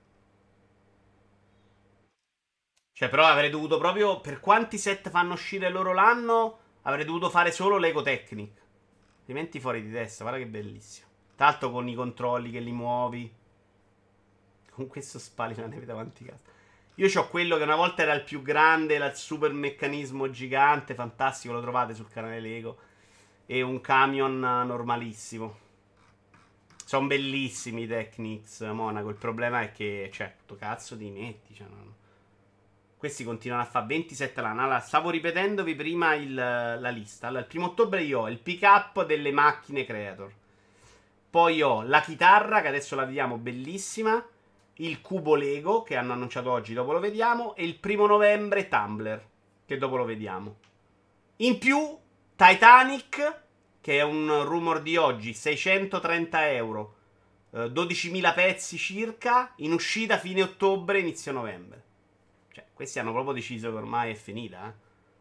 Cioè, però avrei dovuto proprio, per quanti set fanno uscire loro l'anno, avrei dovuto fare solo Lego Technic. Altrimenti fuori di testa, guarda che bellissimo. Tra l'altro con i controlli che li muovi. Con questo spali la neve davanti a casa. Io ho quello che una volta era il più grande, era il super meccanismo gigante, fantastico, lo trovate sul canale Lego. E un camion normalissimo. Sono bellissimi i Technics, Monaco. Il problema è che, cioè, sto cazzo di metti, cioè, non... Questi continuano a fare ventisette l'anno. Allora, stavo ripetendovi prima il, la lista. Allora, il primo ottobre io ho il pick up delle macchine Creator. Poi ho la chitarra, che adesso la vediamo, bellissima. Il cubo Lego, che hanno annunciato oggi, dopo lo vediamo. E il primo novembre Tumbler, che dopo lo vediamo. In più, Titanic, che è un rumor di oggi, seicentotrenta euro. Eh, dodicimila pezzi circa. In uscita fine ottobre, inizio novembre. Questi hanno proprio deciso che ormai è finita, eh.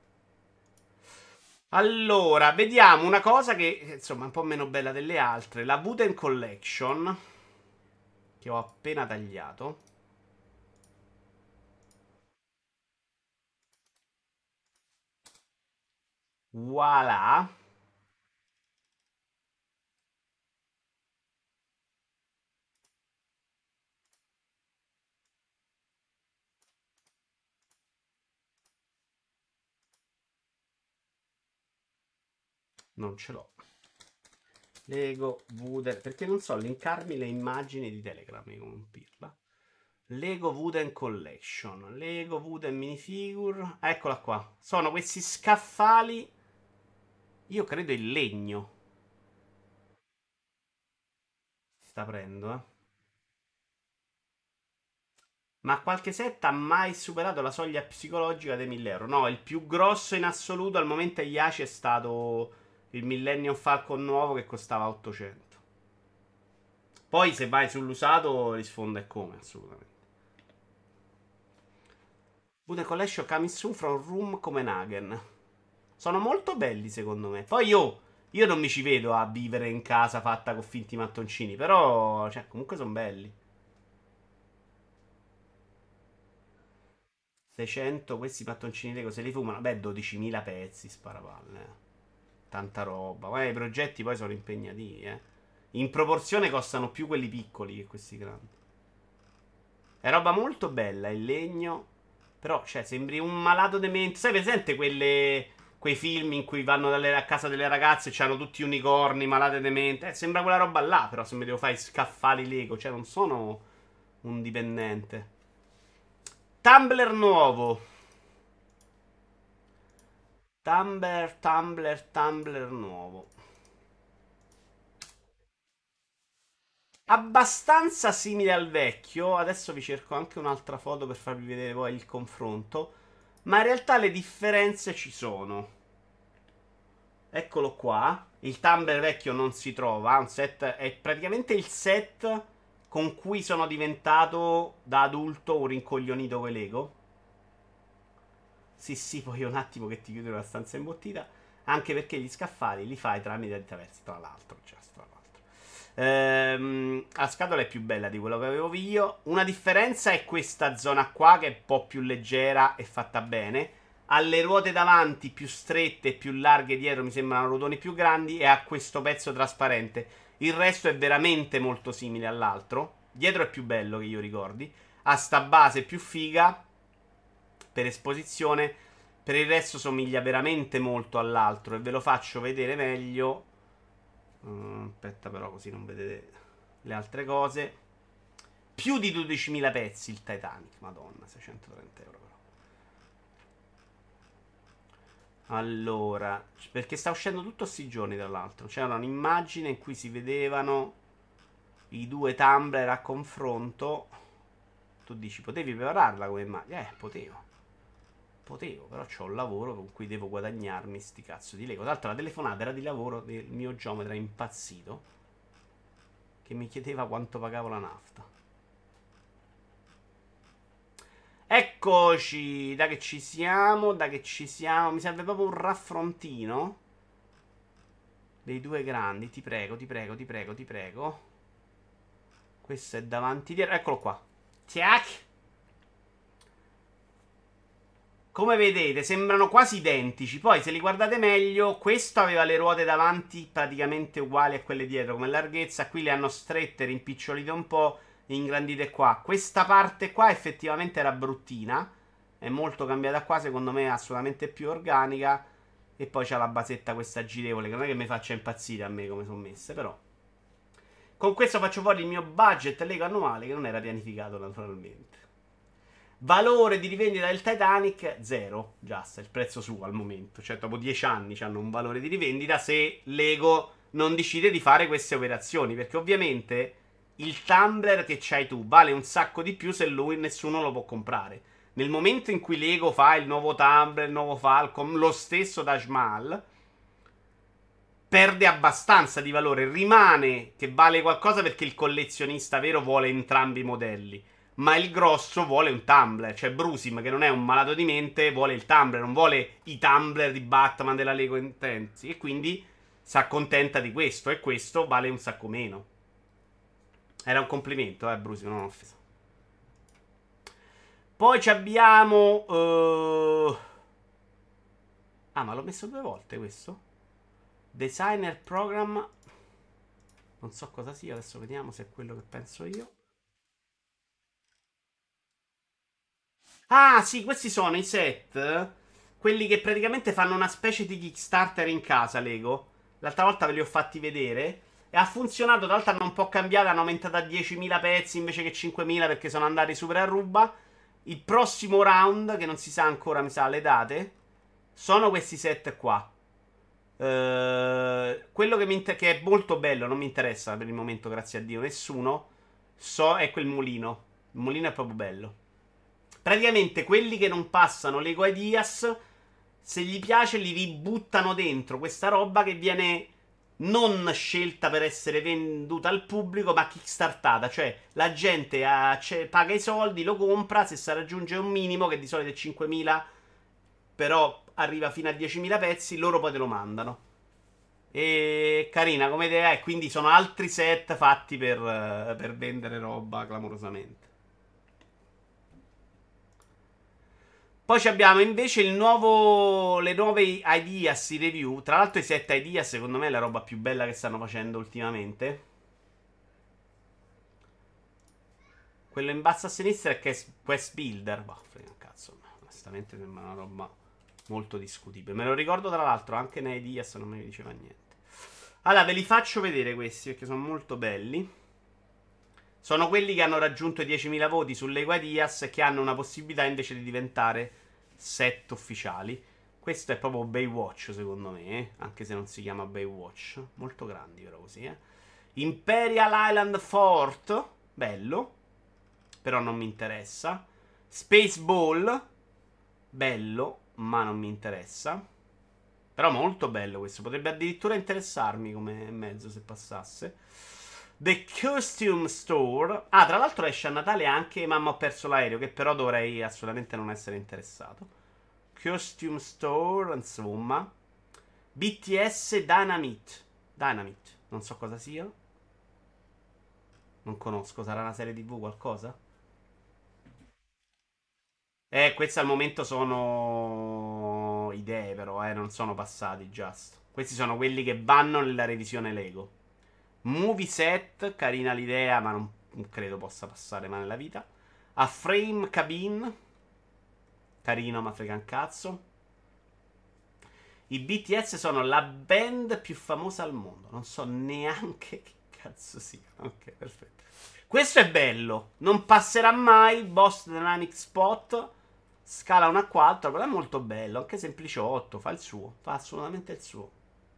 Allora, vediamo una cosa che, insomma, è un po' meno bella delle altre. La Wooden Collection, che ho appena tagliato. Voilà. Non ce l'ho. Lego Wooden. Perché non so linkarmi le immagini di Telegram come un pirla. Lego Wooden Collection. Lego Wooden Minifigure. Eccola qua. Sono questi scaffali. Io credo in legno. Si sta aprendo, eh. Ma qualche set ha mai superato la soglia psicologica dei mille euro? No, il più grosso in assoluto al momento agli Yashi è stato il Millennium Falcon nuovo che costava ottocento. Poi se vai sull'usato risponde come, assolutamente. Bude Collection coming soon from Room Copenhagen. Sono molto belli secondo me. Poi io, io non mi ci vedo a vivere in casa fatta con finti mattoncini, però cioè, comunque sono belli. seicento, questi mattoncini Lego se li fumano. Beh, dodicimila pezzi, sparapalle. Eh. Tanta roba. Ma i progetti poi sono impegnativi, eh. In proporzione costano più quelli piccoli che questi grandi. È roba molto bella, il legno. Però, cioè, sembri un malato demente. Sai, presente quelle, quei film in cui vanno dalle, a casa delle ragazze e c'hanno tutti unicorni, malate demente? Eh, sembra quella roba là, però se mi devo fare i scaffali Lego. Cioè, non sono un dipendente. Tumblr nuovo. Tumblr, Tumblr, Tumblr nuovo. abbastanza simile al vecchio. Adesso vi cerco anche un'altra foto per farvi vedere poi il confronto. Ma in realtà le differenze ci sono. Eccolo qua. Il tumbler vecchio non si trova. Un set è praticamente il set con cui sono diventato da adulto un rincoglionito con Lego. Sì, sì, poi un attimo che ti chiudo una stanza imbottita. Anche perché gli scaffali li fai tramite attraverso, tra l'altro. Cioè, tra l'altro. Ehm, la scatola è più bella di quello che avevo io. Una differenza è questa zona qua, che è un po' più leggera e fatta bene. Ha le ruote davanti più strette e più larghe dietro, mi sembrano rotoni più grandi, e ha questo pezzo trasparente. Il resto è veramente molto simile all'altro. Dietro è più bello, che io ricordi. Ha sta base più figa per esposizione. Per il resto somiglia veramente molto all'altro. E ve lo faccio vedere meglio. uh, Aspetta però, così non vedete le altre cose. Più di dodicimila pezzi il Titanic. Madonna, seicentotrenta euro. Allora, perché sta uscendo tutto sti giorni, tra l'altro. C'era un'immagine in cui si vedevano i due tumbler a confronto. Tu dici, potevi prepararla come immagine? Eh, potevo. Potevo, però c'ho un lavoro con cui devo guadagnarmi sti cazzo di Lego. Tra l'altro la telefonata era di lavoro del mio geometra impazzito, che mi chiedeva quanto pagavo la nafta. Eccoci, da che ci siamo, da che ci siamo. Mi serve proprio un raffrontino dei due grandi. Ti prego, ti prego, ti prego, ti prego. Questo è davanti dietro. Eccolo qua. Tac. Come vedete sembrano quasi identici. Poi se li guardate meglio, questo aveva le ruote davanti praticamente uguali a quelle dietro come larghezza. Qui le hanno strette, rimpicciolite un po', ingrandite qua. Questa parte qua effettivamente era bruttina. È molto cambiata qua, secondo me è assolutamente più organica. E poi c'ha la basetta questa girevole, che non è che mi faccia impazzire a me come sono messe, però. Con questo faccio fuori il mio budget Lego annuale, che non era pianificato naturalmente. Valore di rivendita del Titanic zero. Just, il prezzo suo al momento. Cioè dopo dieci anni hanno un valore di rivendita se Lego non decide di fare queste operazioni. Perché ovviamente il tumbler che c'hai tu vale un sacco di più se lui nessuno lo può comprare. Nel momento in cui Lego fa il nuovo tumbler, il nuovo Falcon, lo stesso Taj Mahal, perde abbastanza di valore. Rimane che vale qualcosa perché il collezionista vero vuole entrambi i modelli, ma il grosso vuole un tumbler. Cioè Brusim, che non è un malato di mente, vuole il tumbler, non vuole i tumbler di Batman della Lego Intensi, e quindi si accontenta di questo, e questo vale un sacco meno. Era un complimento, eh, Brusim, non ho offeso. Poi ci abbiamo uh... ah, ma l'ho messo due volte questo Designer Program. Non so cosa sia, adesso vediamo se è quello che penso io. Ah, sì, questi sono i set, quelli che praticamente fanno una specie di Kickstarter in casa Lego. L'altra volta ve li ho fatti vedere e ha funzionato. Tra l'altro hanno un po' cambiato, hanno aumentato a diecimila pezzi invece che cinquemila, perché sono andati super a ruba. Il prossimo round, che non si sa ancora, mi sa le date, sono questi set qua. Uh, quello che, mi inter- che è molto bello, non mi interessa per il momento, grazie a Dio, nessuno, so, è quel mulino. Il mulino è proprio bello. Praticamente quelli che non passano Lego Ideas, se gli piace li ributtano dentro questa roba che viene non scelta per essere venduta al pubblico, ma kickstartata. Cioè la gente ha, paga i soldi, lo compra, se si raggiunge un minimo, che di solito è cinquemila, però arriva fino a diecimila pezzi, loro poi te lo mandano. E carina come idea, e quindi sono altri set fatti per, per vendere roba clamorosamente. Poi abbiamo invece il nuovo, le nuove Ideas in review. Tra l'altro i set Ideas secondo me è la roba più bella che stanno facendo ultimamente. Quello in basso a sinistra è Quest Builder. Boh, frega un cazzo, onestamente sembra una roba molto discutibile. Me lo ricordo tra l'altro anche nei Ideas, non mi diceva niente. Allora ve li faccio vedere questi perché sono molto belli. Sono quelli che hanno raggiunto i diecimila voti su Lego Ideas e che hanno una possibilità invece di diventare set ufficiali. Questo è proprio Baywatch secondo me, eh? Anche se non si chiama Baywatch. Molto grandi però così, eh? Imperial Island Fort, bello, però non mi interessa. Space Ball, bello, ma non mi interessa. Però molto bello questo, potrebbe addirittura interessarmi come mezzo se passasse. The Costume Store. Ah, tra l'altro esce a Natale anche Mamma ho perso l'aereo, che però dovrei assolutamente non essere interessato. Costume Store, insomma. B T S Dynamite. Dynamite, non so cosa sia. Non conosco, sarà una serie tivù, qualcosa? Eh, questi al momento sono idee però, eh, non sono passati just. Questi sono quelli che vanno nella revisione Lego. Movie set, carina l'idea, ma non, non credo possa passare mai nella vita. A Frame Cabin, carino ma frega un cazzo. I B T S sono la band più famosa al mondo. Non so neanche che cazzo sia. Ok, perfetto. Questo è bello. Non passerà mai. Boss Dynamic Spot. Scala uno a quattro. Però è molto bello. Anche sempliciotto. Fa il suo. Fa assolutamente il suo.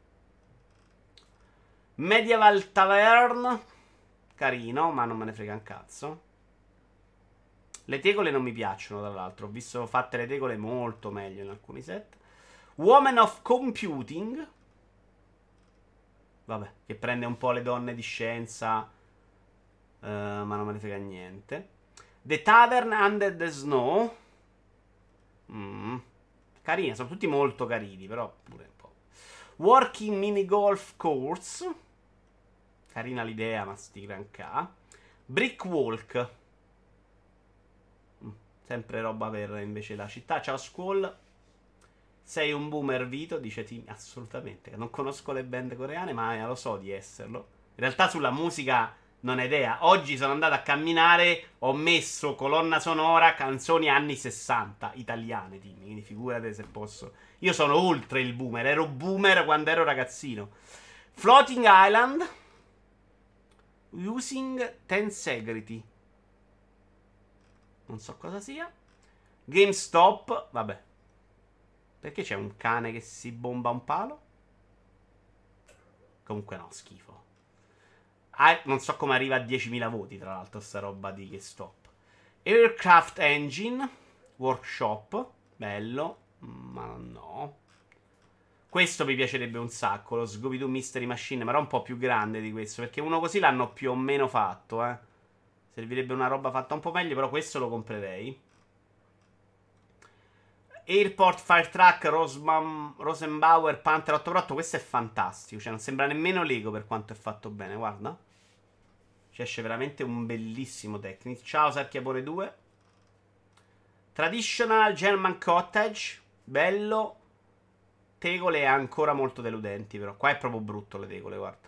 Medieval Tavern. Carino, ma non me ne frega un cazzo. Le tegole non mi piacciono, tra l'altro. Ho visto fatte le tegole molto meglio in alcuni set. Woman of Computing. Vabbè, che prende un po' le donne di scienza. Uh, ma non me ne frega niente. The Tavern Under the Snow. Mm. Carina, sono tutti molto carini, però pure un po'. Working Mini Golf Course. Carina l'idea, ma sti gran K. Brick Walk. Mm. Sempre roba per invece la città. Ciao Squall. Sei un boomer, Vito, dice Tim. Assolutamente. Non conosco le band coreane, ma lo so di esserlo. In realtà sulla musica non ho idea. Oggi sono andato a camminare, ho messo colonna sonora canzoni anni sessanta italiane, Tim. Quindi figurate se posso. Io sono oltre il boomer. Ero boomer quando ero ragazzino. Floating Island. Using Tensegrity. Non so cosa sia. GameStop. Vabbè. Perché c'è un cane che si bomba un palo? Comunque no, schifo. Ah, non so come arriva a diecimila voti, tra l'altro, sta roba di GameStop. Aircraft Engine. Workshop. Bello. Ma no. Questo mi piacerebbe un sacco, lo Scooby-Doo Mystery Machine, però un po' più grande di questo, perché uno così l'hanno più o meno fatto, eh. Servirebbe una roba fatta un po' meglio, però questo lo comprerei. Airport Fire Truck Rosman, Rosenbauer Panther otto per otto. Questo è fantastico. Cioè non sembra nemmeno Lego per quanto è fatto bene. Guarda. Ci esce veramente un bellissimo Technic. Ciao Sarchiapore due. Traditional German Cottage. Bello. Tegole ancora molto deludenti però. Qua è proprio brutto le tegole, guarda.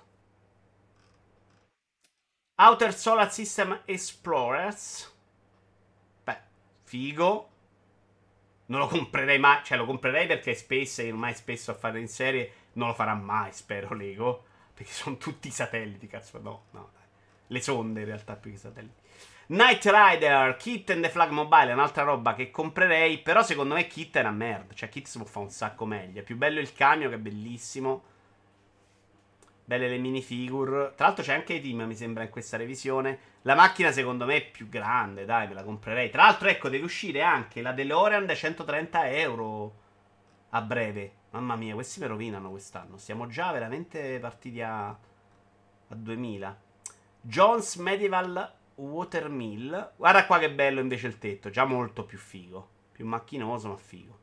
Outer Solar System Explorers. Beh, figo. Non lo comprerei mai, cioè lo comprerei perché Space è ormai spesso a fare in serie, non lo farà mai, spero, Lego, perché sono tutti satelliti, cazzo, no, no, dai. Le sonde in realtà più che satelliti. Knight Rider, Kit and the Flag Mobile è un'altra roba che comprerei, però secondo me Kit è una merda, cioè Kit si può fare un sacco meglio, è più bello il camion che è bellissimo, belle le minifigure, tra l'altro c'è anche i team mi sembra in questa revisione. La macchina secondo me è più grande, dai, me la comprerei. Tra l'altro, ecco, deve uscire anche la DeLorean da centotrenta euro a breve. Mamma mia, questi mi rovinano quest'anno. Siamo già veramente partiti a, a duemila. Jones Medieval Watermill. Guarda qua che bello invece il tetto, già molto più figo. Più macchinoso, ma figo.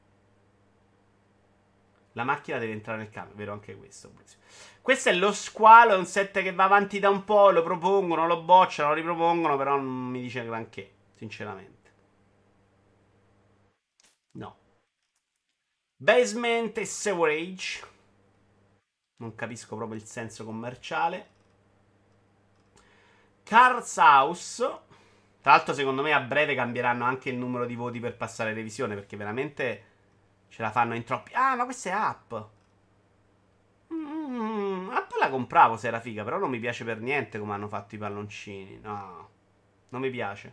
La macchina deve entrare nel camion, vero anche questo. Questo è lo squalo, è un set che va avanti da un po', lo propongono, lo bocciano, lo ripropongono, però non mi dice granché, sinceramente. No. Basement e Sewerage. Non capisco proprio il senso commerciale. Cars House. Tra l'altro secondo me a breve cambieranno anche il numero di voti per passare revisione, perché veramente ce la fanno in troppi. Ah, ma questa è app. Mm, app la compravo se era figa, però non mi piace per niente come hanno fatto i palloncini. No, non mi piace.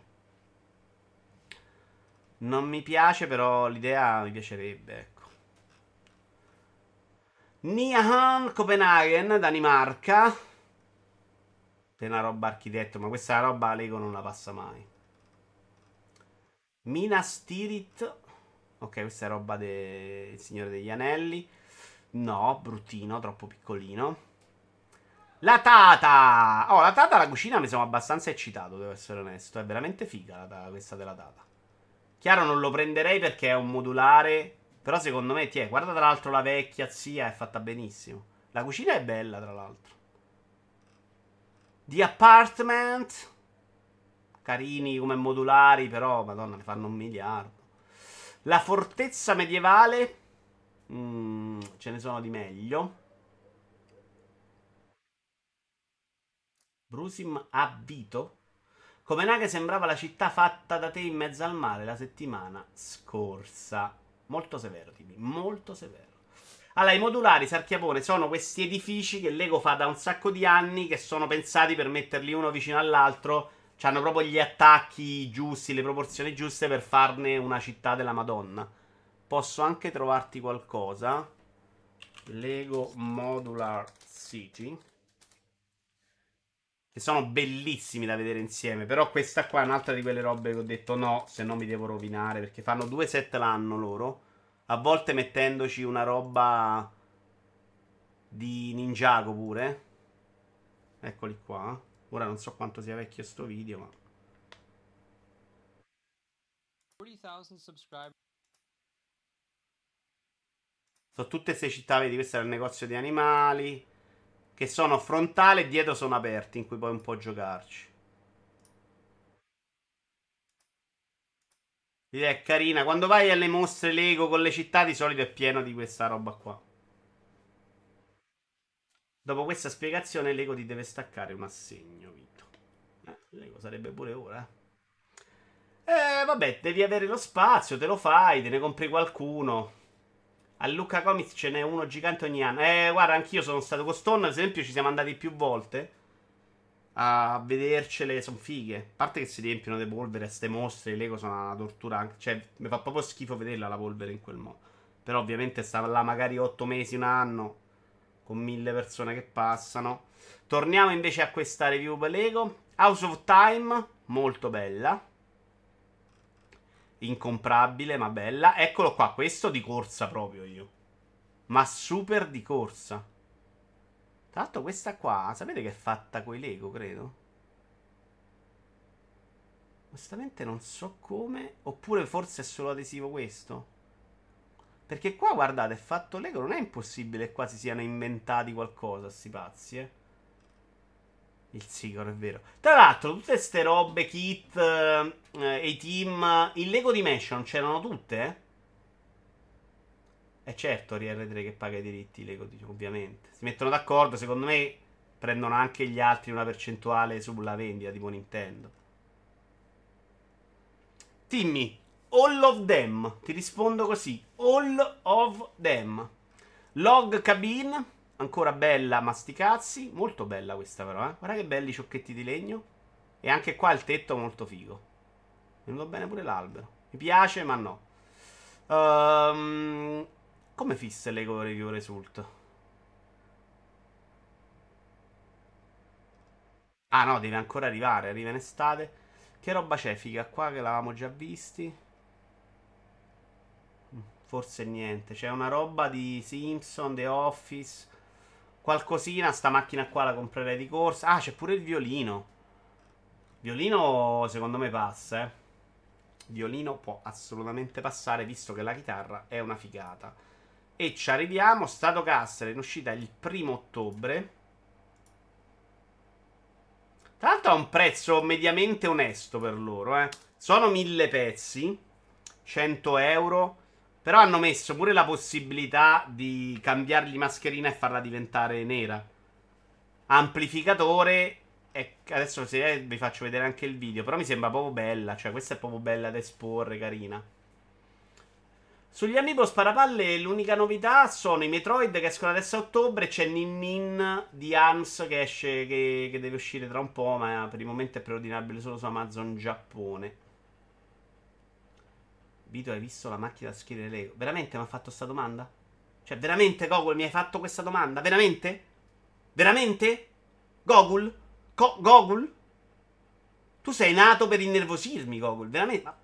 Non mi piace, però l'idea mi piacerebbe, ecco. Niahan, Copenaghen, Danimarca. per una roba architetto, ma questa roba Lego non la passa mai. Minas Tirith. Ok, questa è roba del Signore degli Anelli. No, bruttino, troppo piccolino. La Tata! Oh, la Tata, la cucina mi sono abbastanza eccitato, devo essere onesto. È veramente figa la tata, questa della Tata. Chiaro, non lo prenderei perché è un modulare. Però secondo me, tiè, guarda tra l'altro la vecchia zia, è fatta benissimo. La cucina è bella, tra l'altro. The Apartment. Carini come modulari, però, madonna, ne fanno un miliardo. La fortezza medievale. Mm, ce ne sono di meglio. Brusim a Vito. Copenaghen sembrava la città fatta da te in mezzo al mare la settimana scorsa. Molto severo, Timmy, molto severo. Allora, i modulari Sarchiapone sono questi edifici che Lego fa da un sacco di anni, che sono pensati per metterli uno vicino all'altro. Hanno proprio gli attacchi giusti, le proporzioni giuste per farne una città della Madonna. Posso anche trovarti qualcosa. Lego Modular City. Che sono bellissimi da vedere insieme. Però questa qua è un'altra di quelle robe che ho detto no, se no mi devo rovinare. Perché fanno due set l'anno loro. A volte mettendoci una roba di Ninjago pure. Eccoli qua. Ora non so quanto sia vecchio sto video, ma... forty thousand subscribers. Sono tutte queste città, vedi, questo è il negozio di animali. Che sono frontale e dietro sono aperti, in cui puoi un po' giocarci. L'idea è carina. Quando vai alle mostre Lego con le città, di solito è pieno di questa roba qua. Dopo questa spiegazione, Lego ti deve staccare un assegno, Vito. Eh, Lego sarebbe pure ora. Eh, vabbè, devi avere lo spazio, te lo fai, te ne compri qualcuno. A Lucca Comics ce n'è uno gigante ogni anno. Eh, guarda, anch'io sono stato con Stone, ad esempio, ci siamo andati più volte a vedercele, sono fighe. A parte che si riempiono di polvere, ste mostre, Lego sono una tortura anche. Cioè, mi fa proprio schifo vederla la polvere in quel modo. Però ovviamente stava là magari otto mesi, un anno, con mille persone che passano. Torniamo invece a questa review per Lego. House of Time, molto bella. Incomprabile, ma bella. Eccolo qua, questo di corsa proprio io. Ma super di corsa. Tra l'altro questa qua, sapete che è fatta coi Lego, credo? Onestamente non so come. Oppure forse è solo adesivo questo. Perché qua, guardate, è fatto Lego. Non è impossibile che qua si siano inventati qualcosa, sti pazzi, eh. Il Sigaro, è vero. Tra l'altro, tutte queste robe, kit, eh, e team, il Lego Dimension c'erano tutte, eh? E certo, R R tre che paga i diritti, Lego, ovviamente. Si mettono d'accordo, secondo me prendono anche gli altri una percentuale sulla vendita, tipo Nintendo. Timmy, all of them. Ti rispondo così. All of them. Log Cabin. Ancora bella, ma sti cazzi. Molto bella questa però, eh. Guarda che belli ciocchetti di legno. E anche qua il tetto molto figo. È venuto bene pure l'albero. Mi piace, ma no. Um, come fisse Lego Review Result? Ah no, deve ancora arrivare. Arriva in estate. Che roba c'è, figa? Qua che l'avevamo già visti. Forse niente. C'è una roba di Simpson, The Office. Qualcosina, sta macchina qua la comprerei di corsa. Ah, c'è pure il violino. Violino secondo me passa, eh. Violino può assolutamente passare, visto che la chitarra è una figata. E ci arriviamo. Stratocaster in uscita il primo ottobre. Tra l'altro ha un prezzo mediamente onesto per loro, eh. Sono mille pezzi, cento euro. Però hanno messo pure la possibilità di cambiargli mascherina e farla diventare nera. Amplificatore. E adesso se vi faccio vedere anche il video. Però mi sembra proprio bella. Cioè questa è proprio bella da esporre, carina. Sugli Amiibo sparapalle l'unica novità sono i Metroid che escono adesso a ottobre. C'è Nin Nin di ARMS che esce, che, che deve uscire tra un po', ma per il momento è preordinabile solo su Amazon Giappone. Vito, hai visto la macchina da scrivere Lego? Veramente mi ha fatto sta domanda? Cioè, veramente, Gogol, mi hai fatto questa domanda? Veramente? Veramente? Gogol? Co- Gogul? Tu sei nato per innervosirmi, Gogul, veramente? Ma...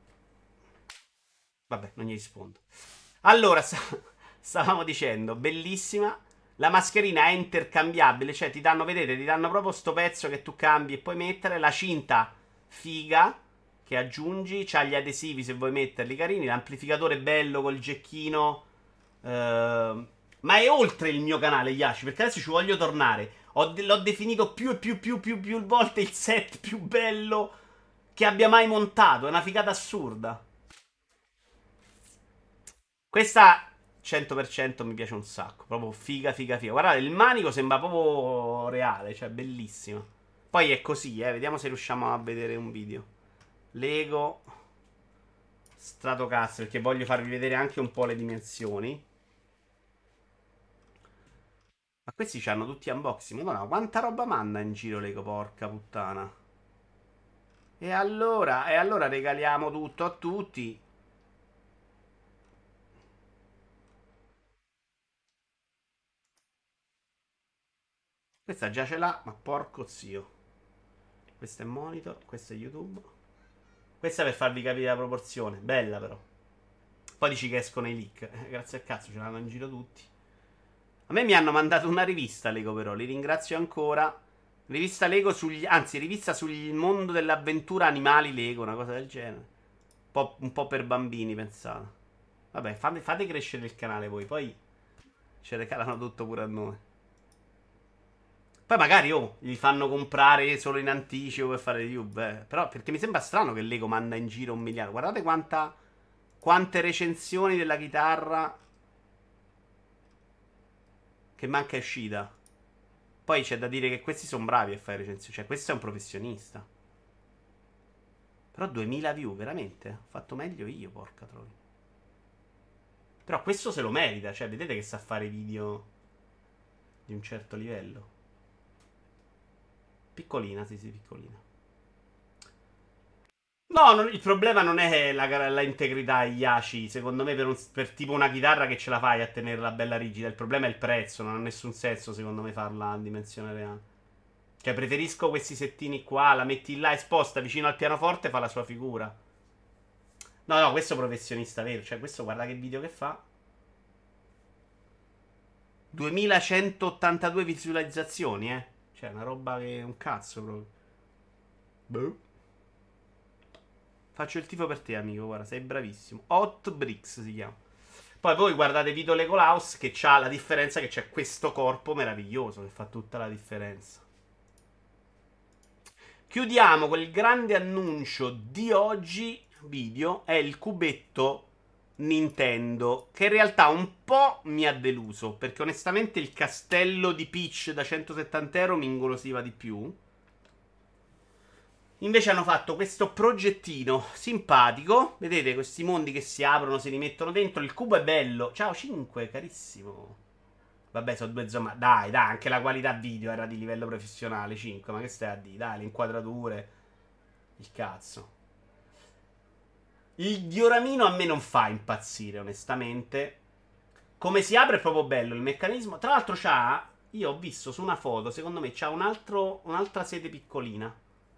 Vabbè, non gli rispondo. Allora, st- stavamo dicendo, bellissima. La mascherina è intercambiabile, cioè ti danno, vedete, ti danno proprio sto pezzo che tu cambi e puoi mettere. La cinta figa che aggiungi, c'ha gli adesivi se vuoi metterli carini, l'amplificatore bello col gecchino. Uh, ma è oltre il mio canale, Yashi, perché adesso ci voglio tornare. Ho de- l'ho definito più e più più più più volte il set più bello che abbia mai montato. È una figata assurda. Questa cento per cento mi piace un sacco. Proprio figa figa figa. Guardate, il manico sembra proprio reale, cioè bellissimo. Poi è così, eh. Vediamo se riusciamo a vedere un video. Lego Stratocaster, perché voglio farvi vedere anche un po' le dimensioni. Ma questi hanno tutti unboxing. Madonna, quanta roba manda in giro Lego, porca puttana. E allora, e allora regaliamo tutto a tutti. Questa già ce l'ha, ma porco zio. Questo è monitor, questo è YouTube. Questa per farvi capire la proporzione. Bella però. Poi dici che escono i leak. Eh, grazie al cazzo, ce l'hanno in giro tutti. A me mi hanno mandato una rivista Lego però, li ringrazio ancora. Rivista Lego sugli... Anzi, rivista sul mondo dell'avventura animali Lego, una cosa del genere. Un po', un po' per bambini, pensate. Vabbè, fate, fate crescere il canale voi, poi ci regalano tutto pure a noi. Poi magari, oh, gli fanno comprare solo in anticipo per fare YouTube, eh. Però, perché mi sembra strano che Lego manda in giro un miliardo. Guardate quanta... quante recensioni della chitarra che manca è uscita. Poi c'è da dire che questi sono bravi a fare recensioni. Cioè, questo è un professionista. Però duemila view, veramente? Ho fatto meglio io, porca troia. Però questo se lo merita. Cioè, vedete che sa fare video di un certo livello. Piccolina, sì, sì, piccolina. No, non- il problema non è la, la integrità Yashi. Secondo me per, un- per tipo una chitarra che ce la fai a tenerla bella rigida. Il problema è il prezzo. Non ha nessun senso secondo me farla in dimensione reale. Cioè preferisco questi settini qua. La metti là esposta vicino al pianoforte, fa la sua figura. No, no, questo è professionista vero. Cioè questo guarda che video che fa. duemilacentottantadue visualizzazioni, eh. Cioè una roba che è un cazzo proprio. Boh. Faccio il tifo per te, amico. Guarda, sei bravissimo. Hot Bricks si chiama. Poi voi guardate Vito Legolaus, che c'ha la differenza che c'è questo corpo meraviglioso che fa tutta la differenza. Chiudiamo con il grande annuncio di oggi video. È il cubetto Nintendo, che in realtà un po' mi ha deluso, perché onestamente il castello di Peach da centosettanta euro mi ingolosiva di più. Invece hanno fatto questo progettino simpatico. Vedete questi mondi che si aprono, si rimettono dentro. Il cubo è bello. Ciao cinque, carissimo. Vabbè, sono due zoom. Dai, dai, anche la qualità video era di livello professionale. cinque, ma che stai a dire? Dai, le inquadrature. Il cazzo. Il dioramino a me non fa impazzire, onestamente. Come si apre è proprio bello il meccanismo. Tra l'altro c'ha... Io ho visto su una foto, secondo me c'ha un altro, un'altra sede piccolina.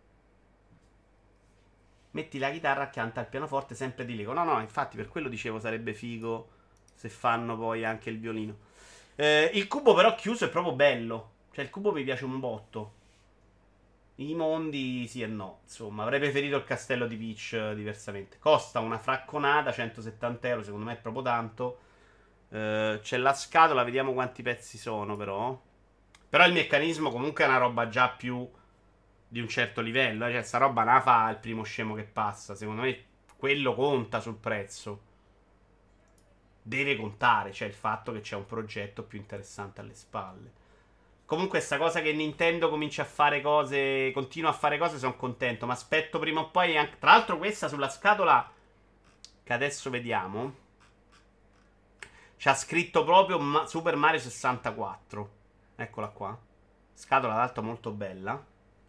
Metti la chitarra accanto al pianoforte, sempre di Lego. No, no, infatti per quello dicevo sarebbe figo se fanno poi anche il violino. Eh, il cubo però chiuso è proprio bello. Cioè il cubo mi piace un botto. I mondi sì e no. Insomma, avrei preferito il castello di Peach eh, diversamente. Costa una fracconata, centosettanta euro, secondo me è proprio tanto. Eh, c'è la scatola, vediamo quanti pezzi sono però. Però il meccanismo comunque è una roba già più... di un certo livello, cioè sta roba non la fa il primo scemo che passa. Secondo me quello conta sul prezzo. Deve contare, cioè il fatto che c'è un progetto più interessante alle spalle. Comunque sta cosa che Nintendo comincia a fare cose, continua a fare cose, sono contento. Ma aspetto prima o poi anche... Tra l'altro questa sulla scatola, che adesso vediamo, c'ha scritto proprio Ma- Super Mario sessantaquattro. Eccola qua. Scatola d'altro molto bella.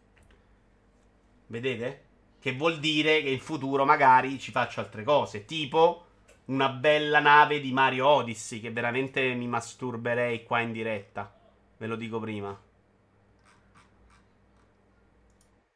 Vedete? Che vuol dire che in futuro magari ci faccio altre cose. Tipo una bella nave di Mario Odyssey, che veramente mi masturberei qua in diretta. Ve lo dico prima.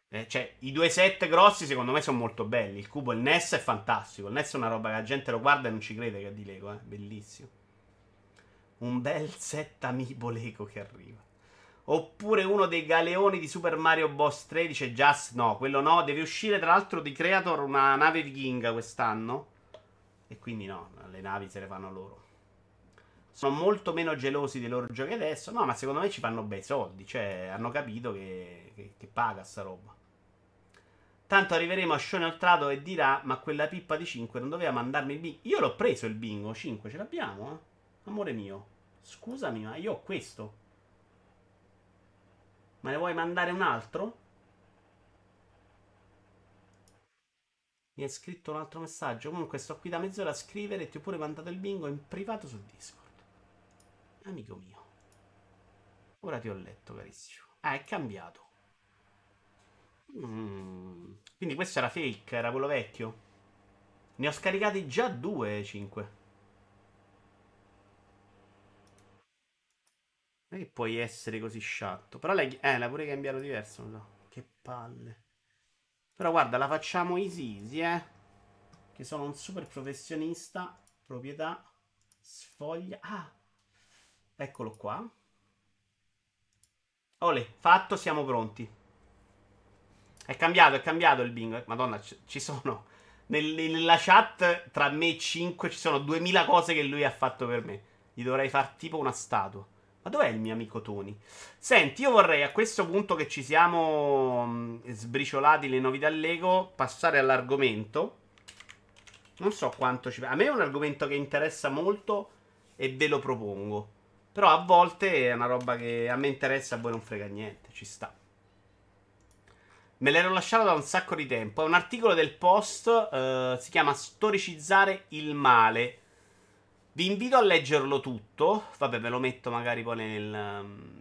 Eh, cioè, i due set grossi secondo me sono molto belli. Il cubo, il N E S è fantastico. Il N E S è una roba che la gente lo guarda e non ci crede che è di Lego, eh. Bellissimo. Un bel set amiibo Lego che arriva. Oppure uno dei galeoni di Super Mario Bros. tredici e Just no, quello no. Deve uscire tra l'altro di Creator una nave vichinga quest'anno. E quindi no, le navi se le fanno loro. Sono molto meno gelosi dei loro giochi adesso. No, ma secondo me ci fanno bei soldi. Cioè, hanno capito che, che, che paga sta roba. Tanto arriveremo a Shonen Ultrato e dirà: ma quella pippa di cinque non doveva mandarmi il bingo. Io l'ho preso il bingo, cinque ce l'abbiamo, eh. Amore mio, scusami, ma io ho questo. Ma ne vuoi mandare un altro? Mi è scritto un altro messaggio. Comunque sto qui da mezz'ora a scrivere e ti ho pure mandato il bingo in privato su Discord. Amico mio. Ora ti ho letto, carissimo. Ah, è cambiato. Mm. Quindi questo era fake, era quello vecchio. Ne ho scaricati già due, cinque. Non è che puoi essere così sciatto. Però l'hai eh, l'ha pure cambiato diverso, non so. Che palle. Però guarda, la facciamo easy easy, eh. Che sono un super professionista. Proprietà. Sfoglia. Ah. Eccolo qua. Ole, fatto, siamo pronti. È cambiato, è cambiato il bingo. Madonna, ci sono... Nel, nella chat tra me e cinque ci sono duemila cose che lui ha fatto per me. Gli dovrei far tipo una statua. Ma dov'è il mio amico Tony? Senti, io vorrei a questo punto che ci siamo mh, sbriciolati le novità Lego passare all'argomento. Non so quanto ci... A me è un argomento che interessa molto e ve lo propongo. Però a volte è una roba che a me interessa e a voi non frega niente. Ci sta. Me l'ero lasciato da un sacco di tempo. È un articolo del Post. Uh, si chiama Storicizzare il male. Vi invito a leggerlo tutto. Vabbè, ve lo metto magari poi nel... Um,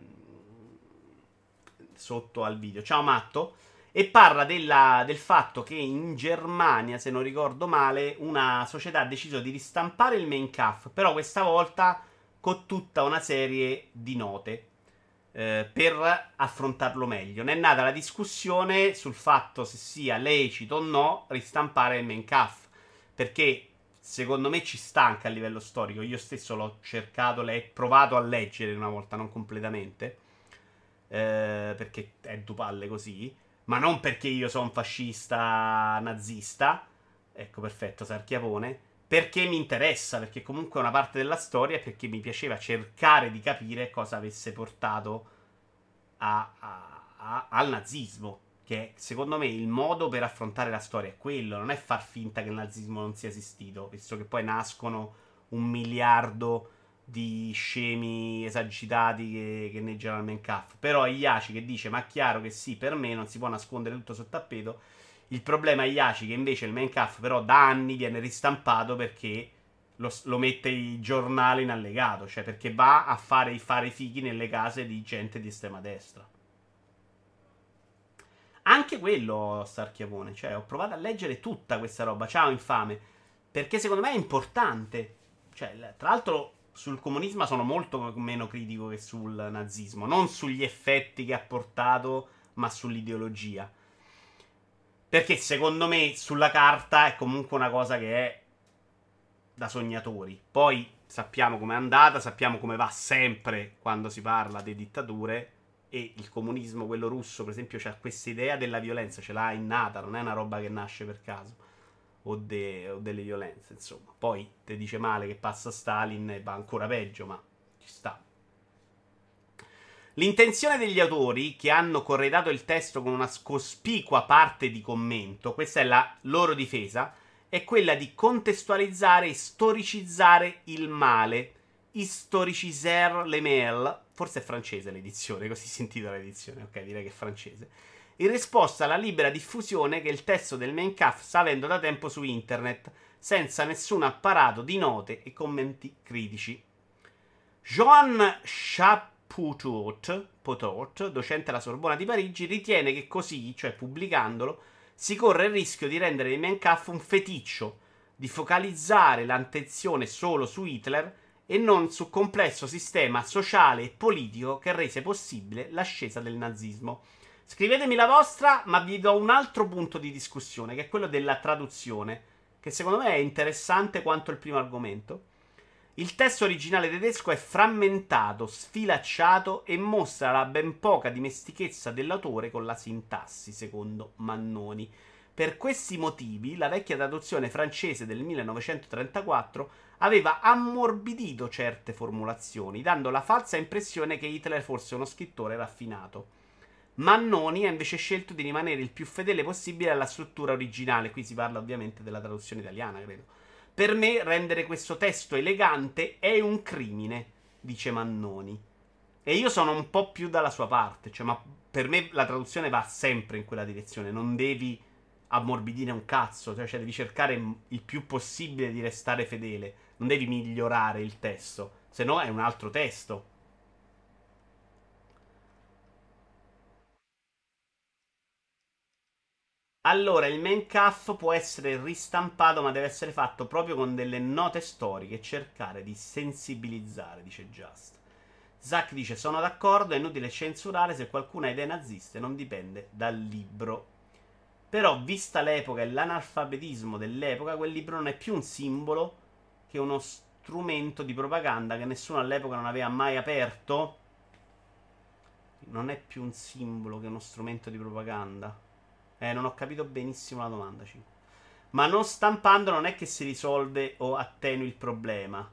sotto al video. Ciao Matto. E parla della, del fatto che in Germania, se non ricordo male, una società ha deciso di ristampare il Mein Kampf. Però questa volta con tutta una serie di note. Eh, per affrontarlo meglio. Ne è nata la discussione sul fatto se sia lecito o no ristampare il Mein Kampf. Perché... secondo me ci stanca a livello storico. Io stesso l'ho cercato, l'ho provato a leggere una volta, non completamente. Eh, perché è due palle così. Ma non perché io sono un fascista nazista. Ecco, perfetto, Sarchiapone. Perché mi interessa, perché comunque è una parte della storia e perché mi piaceva cercare di capire cosa avesse portato a, a, a, al nazismo. Che secondo me il modo per affrontare la storia è quello, non è far finta che il nazismo non sia esistito, visto che poi nascono un miliardo di scemi esagitati che, che neggiano al Mein Kampf. Però è Iaci che dice: ma è chiaro che sì, per me non si può nascondere tutto sotto tappeto. Il problema è Iaci che invece il Mein Kampf però da anni viene ristampato perché lo, lo mette i giornali in allegato, cioè perché va a fare i fare fighi nelle case di gente di estrema destra. Anche quello, Starchiavone. Cioè, ho provato a leggere tutta questa roba. Ciao, infame. Perché secondo me è importante. Cioè, tra l'altro, sul comunismo sono molto meno critico che sul nazismo. Non sugli effetti che ha portato, ma sull'ideologia. Perché secondo me, sulla carta, è comunque una cosa che è da sognatori. Poi sappiamo com'è andata, sappiamo come va sempre quando si parla di dittature. E il comunismo, quello russo, per esempio, c'ha questa idea della violenza, ce l'ha innata, non è una roba che nasce per caso. O, de, o delle violenze, insomma. Poi te dice male che passa Stalin e va ancora peggio, ma ci sta. L'intenzione degli autori, che hanno corredato il testo con una cospicua parte di commento, questa è la loro difesa, è quella di contestualizzare e storicizzare il male. Historiciser le mail. Forse è francese l'edizione, così si intitola l'edizione. Ok, direi che è francese. In risposta alla libera diffusione che il testo del Mein Kampf sta avendo da tempo su internet, senza nessun apparato di note e commenti critici. Joan Chaputot, Potot, docente alla Sorbona di Parigi, ritiene che così, cioè pubblicandolo, si corre il rischio di rendere il Mein Kampf un feticcio, di focalizzare l'attenzione solo su Hitler e non sul complesso sistema sociale e politico che rese possibile l'ascesa del nazismo. Scrivetemi la vostra, ma vi do un altro punto di discussione, che è quello della traduzione, che secondo me è interessante quanto il primo argomento. Il testo originale tedesco è frammentato, sfilacciato e mostra la ben poca dimestichezza dell'autore con la sintassi, secondo Mannoni. Per questi motivi, la vecchia traduzione francese del millenovecentotrentaquattro aveva ammorbidito certe formulazioni, dando la falsa impressione che Hitler fosse uno scrittore raffinato. Mannoni ha invece scelto di rimanere il più fedele possibile alla struttura originale. Qui si parla ovviamente della traduzione italiana, credo. Per me rendere questo testo elegante è un crimine, dice Mannoni. E io sono un po' più dalla sua parte. Cioè, ma per me la traduzione va sempre in quella direzione. Non devi ammorbidire un cazzo. Cioè, devi cercare il più possibile di restare fedele. Non devi migliorare il testo. Se no è un altro testo. Allora, il main cuff può essere ristampato, ma deve essere fatto proprio con delle note storiche e cercare di sensibilizzare, dice Just. Zack dice, sono d'accordo, è inutile censurare se qualcuno ha idee naziste, non dipende dal libro. Però, vista l'epoca e l'analfabetismo dell'epoca, quel libro non è più un simbolo che uno strumento di propaganda che nessuno all'epoca non aveva mai aperto. Non è più un simbolo che uno strumento di propaganda. Eh, non ho capito benissimo la domanda, cinque. Ma non stampando non è che si risolve o attenui il problema.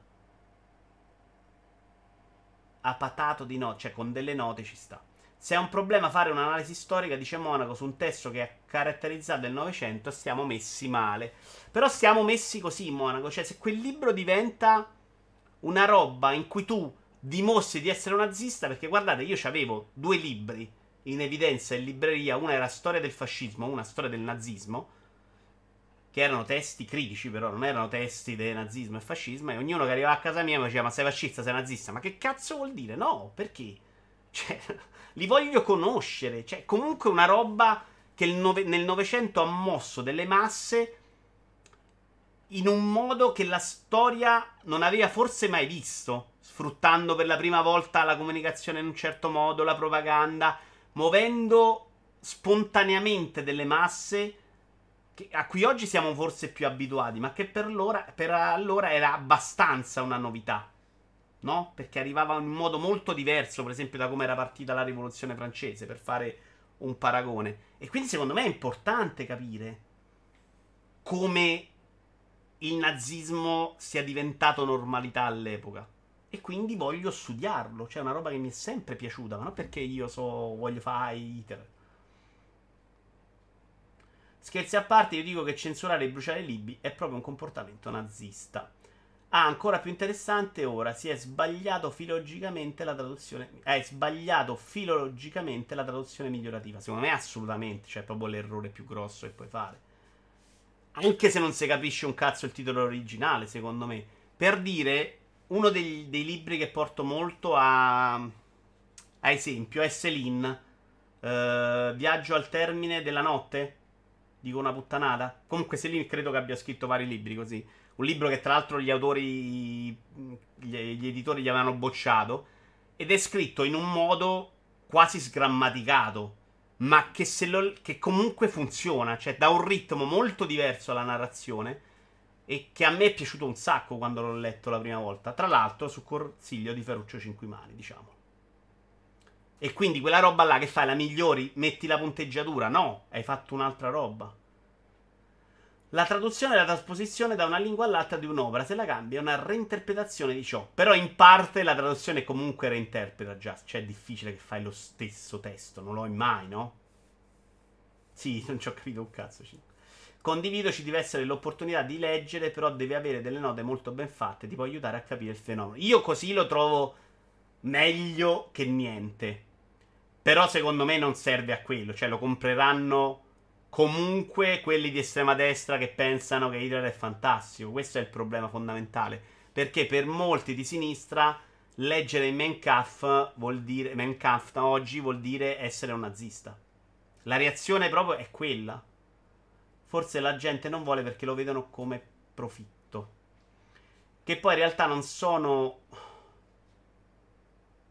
A patato di note, cioè con delle note ci sta. Se è un problema fare un'analisi storica, dice Monaco, su un testo che ha caratterizzato il Novecento, stiamo messi male. Però stiamo messi così, Monaco. Cioè, se quel libro diventa una roba in cui tu dimostri di essere un nazista, perché guardate, io c'avevo due libri in evidenza in libreria, una era Storia del fascismo, una Storia del nazismo, che erano testi critici, però non erano testi del nazismo e fascismo, e ognuno che arrivava a casa mia mi diceva, ma sei fascista, sei nazista? Ma che cazzo vuol dire? No, perché? Cioè, li voglio conoscere. Cioè, comunque una roba che il nove- nel Novecento ha mosso delle masse in un modo che la storia non aveva forse mai visto, sfruttando per la prima volta la comunicazione in un certo modo, la propaganda, muovendo spontaneamente delle masse che, a cui oggi siamo forse più abituati, ma che per, l'ora, per allora era abbastanza una novità, no? Perché arrivava in modo molto diverso, per esempio, da come era partita la rivoluzione francese, per fare un paragone. E quindi secondo me è importante capire come il nazismo sia diventato normalità all'epoca. E quindi voglio studiarlo. Cioè, è una roba che mi è sempre piaciuta. Ma non perché io so, voglio fare Hitler. Scherzi a parte, io dico che censurare e bruciare i libri è proprio un comportamento nazista. Ah, ancora più interessante ora, si è sbagliato filologicamente la traduzione. È sbagliato filologicamente la traduzione migliorativa. Secondo me assolutamente. Cioè, è proprio l'errore più grosso che puoi fare. Anche se non si capisce un cazzo il titolo originale, secondo me. Per dire, uno dei, dei libri che porto molto a, a esempio è Céline, uh, Viaggio al termine della notte. Dico una puttanata. Comunque Céline credo che abbia scritto vari libri così. Un libro che tra l'altro gli autori, gli, gli editori gli avevano bocciato. Ed è scritto in un modo quasi sgrammaticato, ma che, se lo, che comunque funziona. Cioè dà un ritmo molto diverso alla narrazione, e che a me è piaciuto un sacco quando l'ho letto la prima volta. Tra l'altro su consiglio di Ferruccio Cinquimani, diciamo. E quindi quella roba là che fai, la migliori, metti la punteggiatura? No, hai fatto un'altra roba. La traduzione è la trasposizione da una lingua all'altra di un'opera. Se la cambia è una reinterpretazione di ciò. Però in parte la traduzione comunque reinterpreta già. Cioè è difficile che fai lo stesso testo. Non lo hai mai, no? Sì, non ci ho capito un cazzo. Condivido, ci deve essere l'opportunità di leggere, però deve avere delle note molto ben fatte, ti può aiutare a capire il fenomeno. Io così lo trovo meglio che niente. Però secondo me non serve a quello. Cioè lo compreranno comunque quelli di estrema destra che pensano che Hitler è fantastico. Questo è il problema fondamentale. Perché per molti di sinistra leggere il Mein Kampf vuol dire, Mein Kampf oggi vuol dire essere un nazista. La reazione proprio è quella. Forse la gente non vuole perché lo vedono come profitto. Che poi in realtà non sono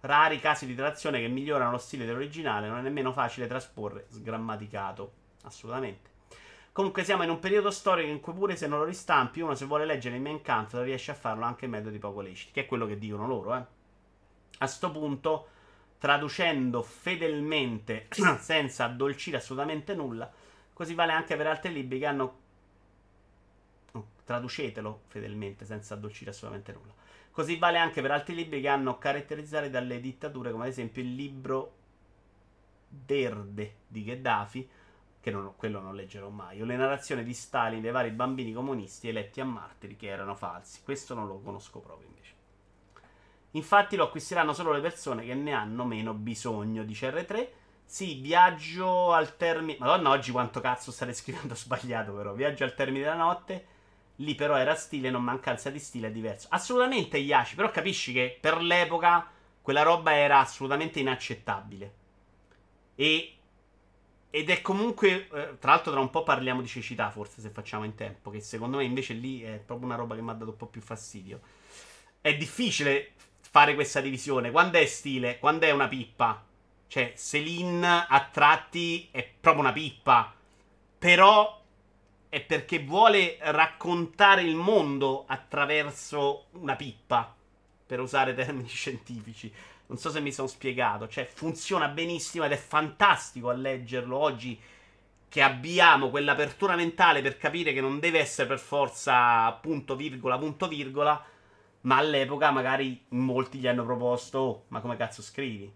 rari casi di traduzione che migliorano lo stile dell'originale, non è nemmeno facile trasporre sgrammaticato. Assolutamente. Comunque siamo in un periodo storico in cui pure se non lo ristampi, uno se vuole leggere il Mein Kampf riesce a farlo anche in metodi poco leciti, che è quello che dicono loro, eh. A sto punto, traducendo fedelmente, senza addolcire assolutamente nulla, così vale anche per altri libri che hanno... Oh, traducetelo fedelmente, senza addolcire assolutamente nulla. Così vale anche per altri libri che hanno caratterizzati dalle dittature, come ad esempio il libro verde di Gheddafi, che non, quello non leggerò mai, o le narrazioni di Stalin dei vari bambini comunisti eletti a martiri che erano falsi. Questo non lo conosco proprio invece. Infatti lo acquisteranno solo le persone che ne hanno meno bisogno, dice R tre. Sì, viaggio al termine... Madonna, oggi quanto cazzo state scrivendo sbagliato però. Viaggio al termine della notte. Lì però era stile, non mancanza di stile, è diverso. Assolutamente, Yashi, però capisci che per l'epoca quella roba era assolutamente inaccettabile. E... Ed è comunque, eh, tra l'altro tra un po' parliamo di cecità, forse, se facciamo in tempo, che secondo me invece lì è proprio una roba che mi ha dato un po' più fastidio. È difficile fare questa divisione. Quando è stile? Quando è una pippa? Cioè, Céline a tratti è proprio una pippa. Però è perché vuole raccontare il mondo attraverso una pippa, per usare termini scientifici. Non so se mi sono spiegato. Cioè, funziona benissimo ed è fantastico a leggerlo oggi, che abbiamo quell'apertura mentale per capire che non deve essere per forza punto virgola punto virgola. Ma all'epoca magari molti gli hanno proposto: oh, ma come cazzo scrivi?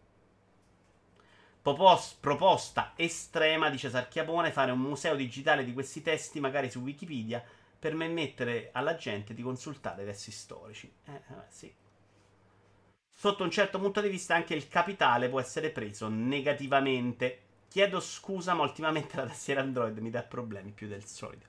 Popos- proposta estrema, dice Sarchiapone, fare un museo digitale di questi testi magari su Wikipedia per permettere alla gente di consultare testi storici. Eh, vabbè, sì. Sotto un certo punto di vista anche il capitale può essere preso negativamente. Chiedo scusa, ma ultimamente la tastiera Android mi dà problemi più del solito.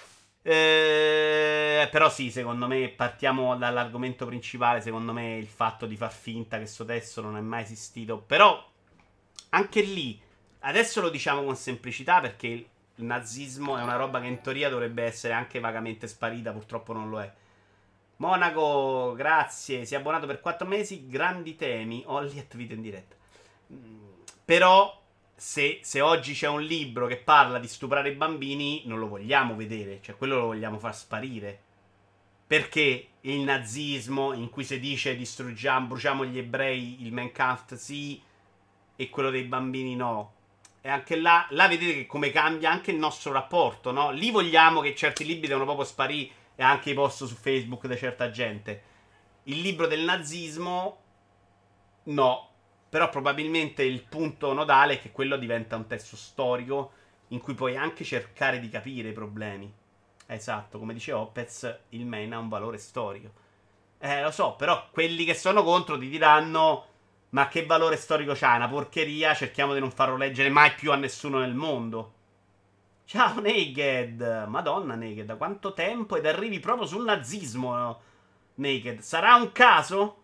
Eh, però sì, secondo me, partiamo dall'argomento principale. Secondo me il fatto di far finta che sto testo non è mai esistito. Però anche lì, adesso lo diciamo con semplicità, perché il nazismo è una roba che in teoria dovrebbe essere anche vagamente sparita. Purtroppo non lo è. Monaco, grazie, si è abbonato per quattro mesi. Grandi temi, Olli at video in diretta. Però se, se oggi c'è un libro che parla di stuprare i bambini, non lo vogliamo vedere. Cioè, quello lo vogliamo far sparire. Perché il nazismo, in cui si dice distruggiamo, bruciamo gli ebrei, il Mein Kampf sì, e quello dei bambini no. E anche là, là vedete che come cambia anche il nostro rapporto, no? Lì vogliamo che certi libri devono proprio sparire. E anche i post su Facebook da certa gente. Il libro del nazismo no. Però probabilmente il punto nodale è che quello diventa un testo storico in cui puoi anche cercare di capire i problemi. Esatto, come dice Opez, il Maine ha un valore storico. Eh, lo so, però quelli che sono contro ti diranno: ma che valore storico c'ha? È una porcheria, cerchiamo di non farlo leggere mai più a nessuno nel mondo. Ciao Naked, madonna Naked, da quanto tempo? Ed arrivi proprio sul nazismo, no? Naked, sarà un caso?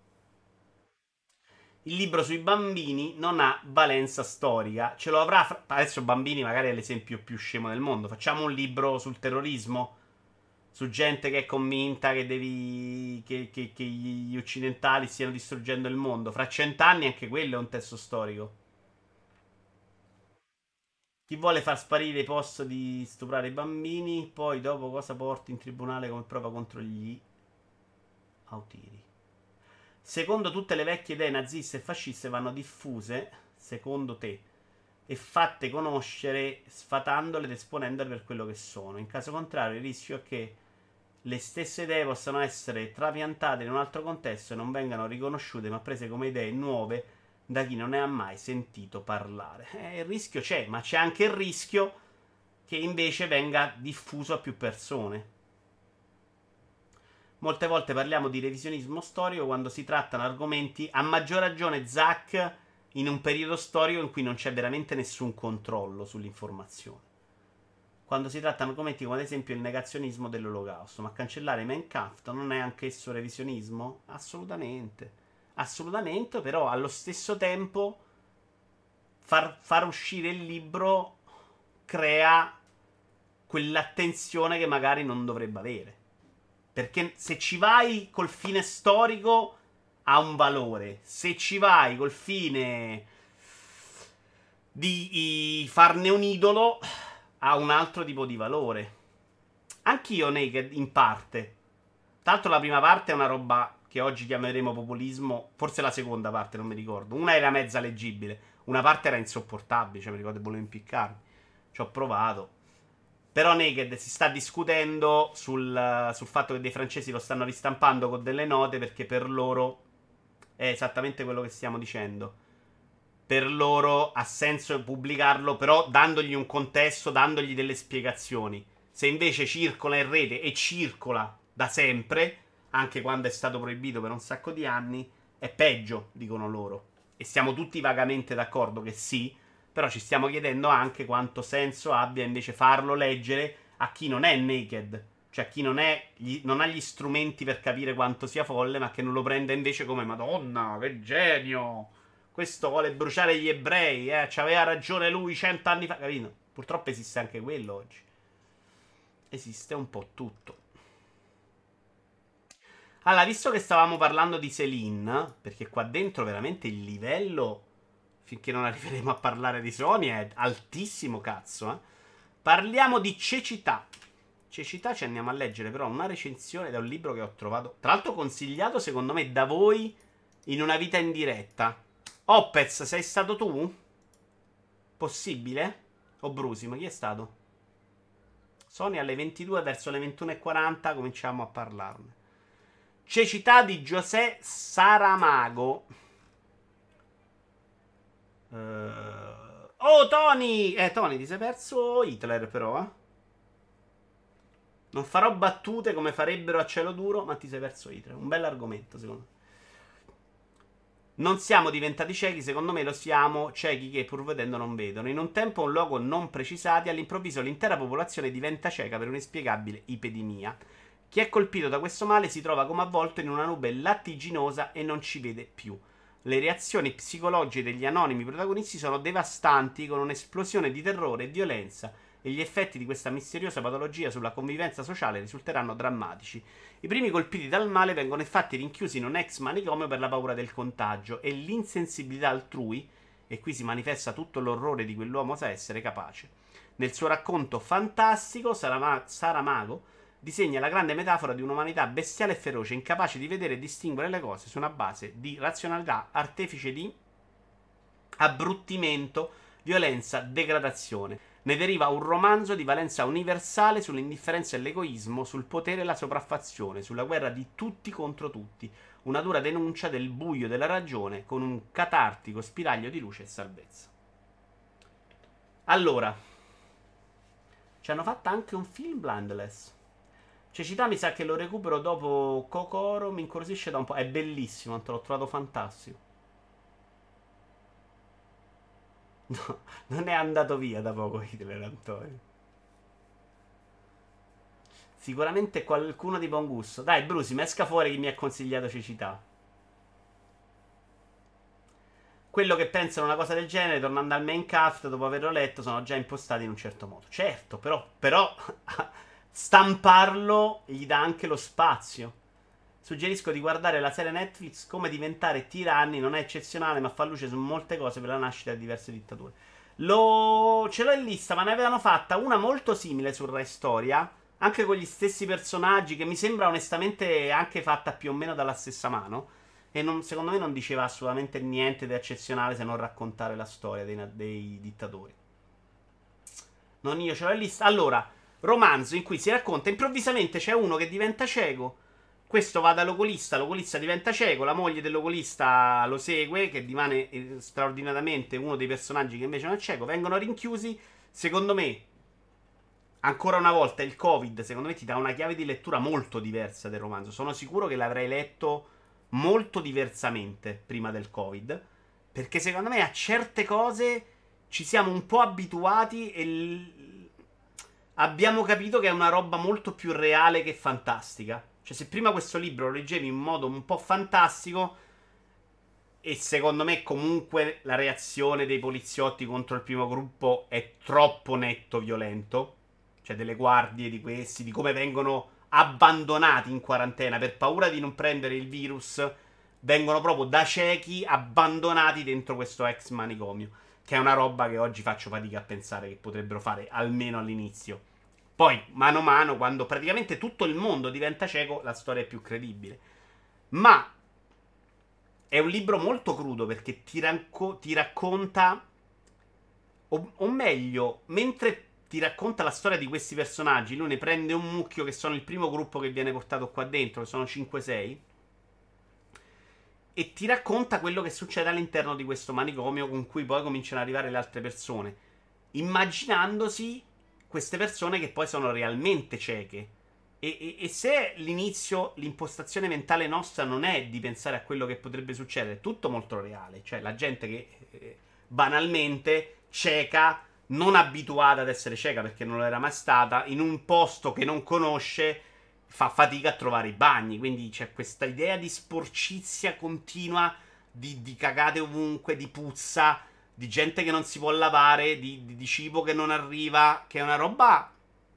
Il libro sui bambini non ha valenza storica. Ce lo avrà fra... Adesso bambini magari è l'esempio più scemo del mondo. Facciamo un libro sul terrorismo? Su gente che è convinta che devi... Che, che, che gli occidentali stiano distruggendo il mondo. Fra cent'anni anche quello è un testo storico. Chi vuole far sparire i post di stuprare i bambini, poi dopo cosa porti in tribunale come prova contro gli autiri. Secondo tutte le vecchie idee naziste e fasciste vanno diffuse, secondo te, e fatte conoscere sfatandole ed esponendole per quello che sono. In caso contrario il rischio è che le stesse idee possano essere trapiantate in un altro contesto e non vengano riconosciute ma prese come idee nuove da chi non ne ha mai sentito parlare. Eh, il rischio c'è, ma c'è anche il rischio che invece venga diffuso a più persone. Molte volte parliamo di revisionismo storico quando si trattano argomenti, a maggior ragione Zack, in un periodo storico in cui non c'è veramente nessun controllo sull'informazione. Quando si trattano argomenti come ad esempio il negazionismo dell'olocausto. Ma cancellare Mein Kampf non è anch'esso revisionismo? Assolutamente. Assolutamente, però allo stesso tempo far, far uscire il libro crea quell'attenzione che magari non dovrebbe avere. Perché se ci vai col fine storico, ha un valore. Se ci vai col fine di i, farne un idolo, ha un altro tipo di valore. Anch'io Naked, in parte. Tra l'altro la prima parte è una roba che oggi chiameremo populismo. Forse la seconda parte, non mi ricordo. Una era mezza leggibile, una parte era insopportabile. Cioè mi ricordo che volevo impiccarmi. Ci ho provato. Però Naked si sta discutendo sul, sul fatto che dei francesi lo stanno ristampando con delle note, perché per loro è esattamente quello che stiamo dicendo. Per loro ha senso pubblicarlo, però dandogli un contesto, dandogli delle spiegazioni. Se invece circola in rete, e circola da sempre, anche quando è stato proibito per un sacco di anni, è peggio, dicono loro. E siamo tutti vagamente d'accordo che sì, però ci stiamo chiedendo anche quanto senso abbia invece farlo leggere a chi non è Naked. Cioè a chi non, è, gli, non ha gli strumenti per capire quanto sia folle, ma che non lo prende invece come Madonna, che genio! Questo vuole bruciare gli ebrei, eh? C'aveva ragione lui cento anni fa, capito? Purtroppo esiste anche quello oggi. Esiste un po' tutto. Allora, visto che stavamo parlando di Céline, perché qua dentro veramente il livello, finché non arriveremo a parlare di Sony, è altissimo, cazzo, eh? Parliamo di Cecità. Cecità ci andiamo a leggere però una recensione da un libro che ho trovato, tra l'altro consigliato secondo me da voi in Una vita in diretta. Opez, sei stato tu? Possibile? O Brusi, ma chi è stato? Sony alle ventidue, verso le ventuno e quaranta cominciamo a parlarne. Cecità di José Saramago. Uh... Oh, Tony! Eh, Tony, ti sei perso Hitler però, eh? Non farò battute come farebbero a cielo duro, ma ti sei perso Hitler. Un bel argomento, secondo me. Non siamo diventati ciechi, secondo me lo siamo, ciechi che pur vedendo non vedono. In un tempo, un luogo non precisati, all'improvviso l'intera popolazione diventa cieca per un'inspiegabile epidemia. Chi è colpito da questo male si trova come avvolto in una nube lattiginosa e non ci vede più. Le reazioni psicologiche degli anonimi protagonisti sono devastanti, con un'esplosione di terrore e violenza, e gli effetti di questa misteriosa patologia sulla convivenza sociale risulteranno drammatici. I primi colpiti dal male vengono infatti rinchiusi in un ex manicomio per la paura del contagio, e l'insensibilità altrui, e qui si manifesta tutto l'orrore di quell'uomo sa essere capace. Nel suo racconto fantastico, Sarama- Saramago disegna la grande metafora di un'umanità bestiale e feroce, incapace di vedere e distinguere le cose su una base di razionalità, artefice di abbruttimento, violenza, degradazione. Ne deriva un romanzo di valenza universale sull'indifferenza e l'egoismo, sul potere e la sopraffazione, sulla guerra di tutti contro tutti, una dura denuncia del buio della ragione con un catartico spiraglio di luce e salvezza. Allora, ci hanno fatto anche un film, Blindless. Cecità mi sa che lo recupero dopo Kokoro, mi incuriosisce da un po'. È bellissimo, te l'ho trovato fantastico. No, non è andato via da poco Hitler, Antonio. Sicuramente qualcuno di buon gusto. Dai, Brusi, mi esca fuori chi mi ha consigliato Cecità. Quello che pensano una cosa del genere, tornando al main cast, dopo averlo letto, sono già impostati in un certo modo. Certo, però, però stamparlo gli dà anche lo spazio. Suggerisco di guardare la serie Netflix Come diventare tiranni, non è eccezionale ma fa luce su molte cose per la nascita di diverse dittature. Lo... ce l'ho in lista, ma ne avevano fatta una molto simile su Rai Storia, anche con gli stessi personaggi, che mi sembra onestamente anche fatta più o meno dalla stessa mano, e non, secondo me non diceva assolutamente niente di eccezionale se non raccontare la storia dei, dei dittatori. Non io, ce l'ho in lista. Allora, romanzo in cui si racconta improvvisamente c'è uno che diventa cieco. Questo va dall'oculista, l'oculista diventa cieco, la moglie dell'oculista lo segue, che rimane eh, straordinariamente uno dei personaggi che invece non è cieco, vengono rinchiusi. Secondo me, ancora una volta, il Covid, secondo me ti dà una chiave di lettura molto diversa del romanzo. Sono sicuro che l'avrei letto molto diversamente prima del Covid, perché secondo me a certe cose ci siamo un po' abituati e l... abbiamo capito che è una roba molto più reale che fantastica. Cioè, se prima questo libro lo leggevi in modo un po' fantastico, e secondo me comunque la reazione dei poliziotti contro il primo gruppo è troppo netto violento, cioè delle guardie di questi, di come vengono abbandonati in quarantena per paura di non prendere il virus, vengono proprio da ciechi abbandonati dentro questo ex manicomio, che è una roba che oggi faccio fatica a pensare che potrebbero fare, almeno all'inizio. Poi, mano a mano, quando praticamente tutto il mondo diventa cieco, la storia è più credibile. Ma è un libro molto crudo perché ti, ranco- ti racconta, o, o meglio, mentre ti racconta la storia di questi personaggi, lui ne prende un mucchio, che sono il primo gruppo che viene portato qua dentro, che sono cinque sei, e ti racconta quello che succede all'interno di questo manicomio, con cui poi cominciano ad arrivare le altre persone, immaginandosi queste persone che poi sono realmente cieche. E, e, e se l'inizio, l'impostazione mentale nostra non è di pensare a quello che potrebbe succedere, è tutto molto reale. Cioè la gente che eh, banalmente cieca, non abituata ad essere cieca perché non lo era mai stata, in un posto che non conosce, fa fatica a trovare i bagni. Quindi c'è questa idea di sporcizia continua, di, di cagate ovunque, di puzza, di gente che non si può lavare, di, di, di cibo che non arriva, che è una roba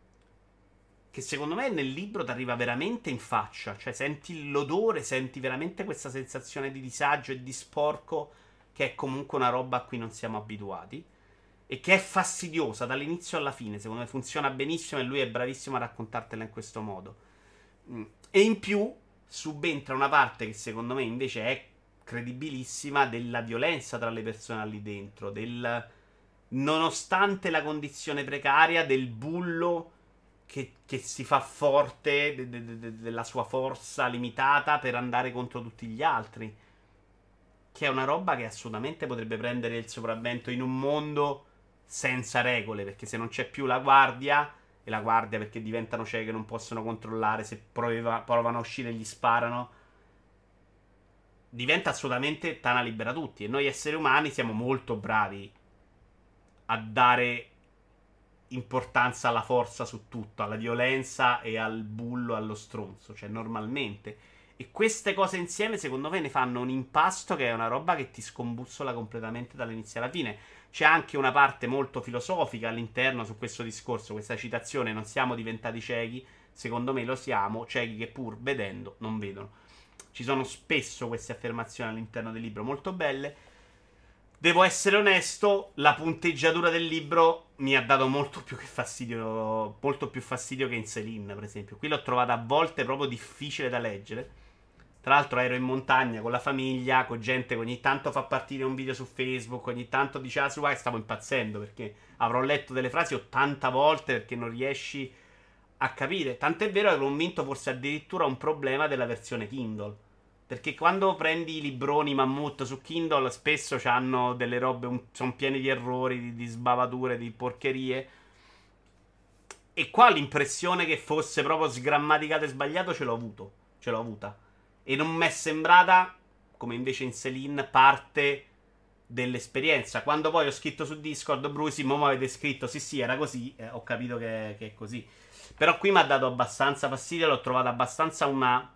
che secondo me nel libro ti arriva veramente in faccia. Cioè senti l'odore, senti veramente questa sensazione di disagio e di sporco, che è comunque una roba a cui non siamo abituati e che è fastidiosa dall'inizio alla fine. Secondo me funziona benissimo e lui è bravissimo a raccontartela in questo modo. E in più subentra una parte che secondo me invece è credibilissima, della violenza tra le persone lì dentro, del, nonostante la condizione precaria, del bullo che, che si fa forte de, de, de, della sua forza limitata per andare contro tutti gli altri, che è una roba che assolutamente potrebbe prendere il sopravvento in un mondo senza regole, perché se non c'è più la guardia, e la guardia perché diventano cieche, non possono controllare, se prova, provano a uscire gli sparano, diventa assolutamente Tana libera tutti. E noi esseri umani siamo molto bravi a dare importanza alla forza su tutto, alla violenza e al bullo, allo stronzo, cioè normalmente. E queste cose insieme secondo me ne fanno un impasto che è una roba che ti scombussola completamente dall'inizio alla fine. C'è anche una parte molto filosofica all'interno su questo discorso, questa citazione: non siamo diventati ciechi, secondo me lo siamo, ciechi che pur vedendo non vedono. Ci sono spesso queste affermazioni all'interno del libro molto belle. Devo essere onesto, la punteggiatura del libro mi ha dato molto più che fastidio, molto più fastidio che in Céline, per esempio. Qui l'ho trovata a volte proprio difficile da leggere. Tra l'altro ero in montagna con la famiglia, con gente che ogni tanto fa partire un video su Facebook, ogni tanto dice ah su vai, stavo impazzendo perché avrò letto delle frasi ottanta volte perché non riesci a capire. Tant'è vero che ero convinto fosse addirittura un problema della versione Kindle, perché quando prendi i libroni mammut su Kindle spesso hanno delle robe, sono pieni di errori, di, di sbavature, di porcherie. E qua l'impressione che fosse proprio sgrammaticato e sbagliato ce l'ho avuto, ce l'ho avuta. E non mi è sembrata, come invece in Céline, parte dell'esperienza. Quando poi ho scritto su Discord, Brusi, mo mi avete scritto sì sì era così, eh, ho capito che, che è così. Però qui mi ha dato abbastanza fastidio, l'ho trovata abbastanza una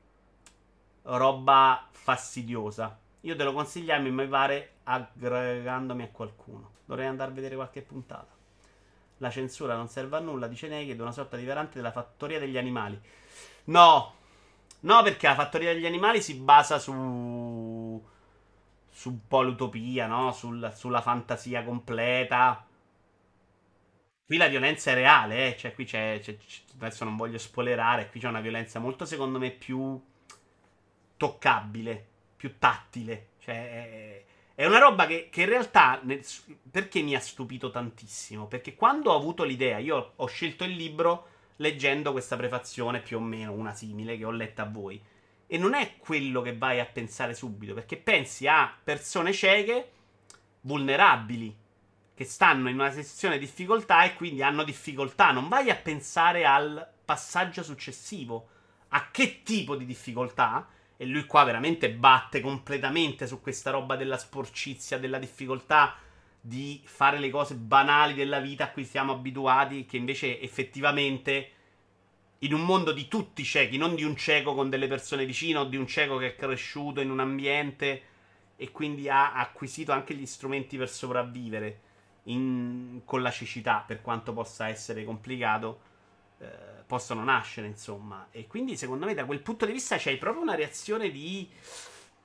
roba fastidiosa. Io te lo consigliamo, mi pare, aggregandomi a qualcuno. Dovrei andare a vedere qualche puntata. La censura non serve a nulla, dice Naked, una sorta di variante della fattoria degli animali. No, no, perché la fattoria degli animali si basa su su un po' l'utopia, no? Sul, sulla fantasia completa. Qui la violenza è reale, eh? Cioè qui c'è, c'è, c'è, adesso non voglio spoilerare, qui c'è una violenza molto, secondo me, più toccabile, più tattile. Cioè è, è una roba che, che in realtà nel, perché mi ha stupito tantissimo? Perché quando ho avuto l'idea, io ho scelto il libro leggendo questa prefazione, più o meno una simile che ho letta a voi, e non è quello che vai a pensare subito, perché pensi a persone cieche vulnerabili che stanno in una situazione di difficoltà e quindi hanno difficoltà. Non vai a pensare al passaggio successivo, a che tipo di difficoltà. E lui qua veramente batte completamente su questa roba della sporcizia, della difficoltà di fare le cose banali della vita a cui siamo abituati, che invece effettivamente in un mondo di tutti ciechi, non di un cieco con delle persone vicino, o di un cieco che è cresciuto in un ambiente e quindi ha acquisito anche gli strumenti per sopravvivere in, con la cecità, per quanto possa essere complicato, eh, possono nascere, insomma. E quindi secondo me da quel punto di vista c'hai proprio una reazione di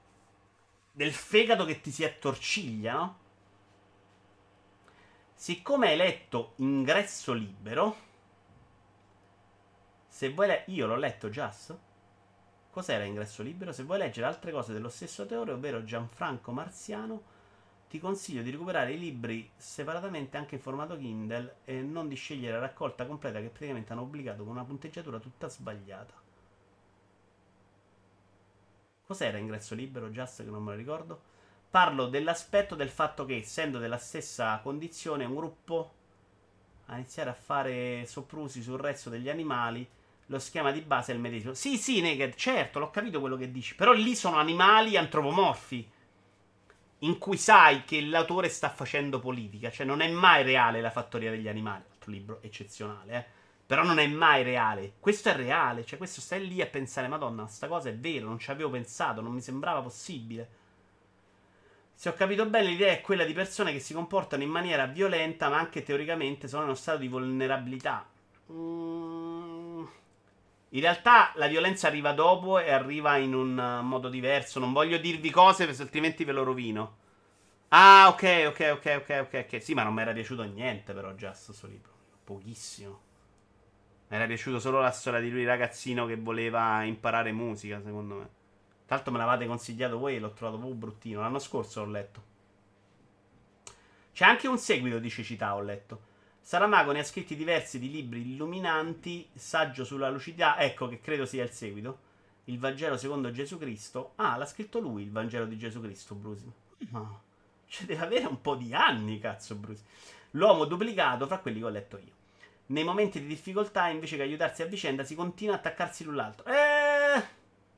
del fegato che ti si attorciglia, no? Siccome hai letto Ingresso Libero, se vuoi le- io l'ho letto già. Cos'era Ingresso Libero? Se vuoi leggere altre cose dello stesso autore, ovvero Gianfranco Marziano, ti consiglio di recuperare i libri separatamente anche in formato Kindle e non di scegliere la raccolta completa che praticamente hanno obbligato con una punteggiatura tutta sbagliata. Cos'era Ingresso Libero? Just che non me lo ricordo. Parlo dell'aspetto del fatto che, essendo della stessa condizione, un gruppo a iniziare a fare soprusi sul resto degli animali, lo schema di base è il medesimo. Sì, sì, Naked, certo, l'ho capito quello che dici. Però lì sono animali antropomorfi, in cui sai che l'autore sta facendo politica. Cioè non è mai reale la fattoria degli animali. Altro libro eccezionale, eh. Però non è mai reale. Questo è reale. Cioè questo stai lì a pensare, Madonna, sta cosa è vero, non ci avevo pensato, non mi sembrava possibile. Se ho capito bene, l'idea è quella di persone che si comportano in maniera violenta, ma anche teoricamente sono in uno stato di vulnerabilità. Mm. In realtà la violenza arriva dopo e arriva in un uh, modo diverso. Non voglio dirvi cose perché altrimenti ve lo rovino. Ah, ok, ok, ok, ok, ok. ok. Sì, ma non mi era piaciuto niente però già sto libro. Pochissimo. Mi era piaciuto solo la storia di lui ragazzino che voleva imparare musica, secondo me. Tra l'altro me l'avete consigliato voi e l'ho trovato proprio bruttino. L'anno scorso l'ho letto. C'è anche un seguito di cecità, ho letto. Saramago ne ha scritti diversi di libri illuminanti. Saggio sulla lucidità. Ecco che credo sia il seguito. Il Vangelo secondo Gesù Cristo. Ah, l'ha scritto lui il Vangelo di Gesù Cristo, Brusi. Ma cioè deve avere un po' di anni, cazzo, Brusi. L'uomo duplicato fra quelli che ho letto io. Nei momenti di difficoltà, invece che aiutarsi a vicenda, si continua a attaccarsi l'un l'altro. Eh...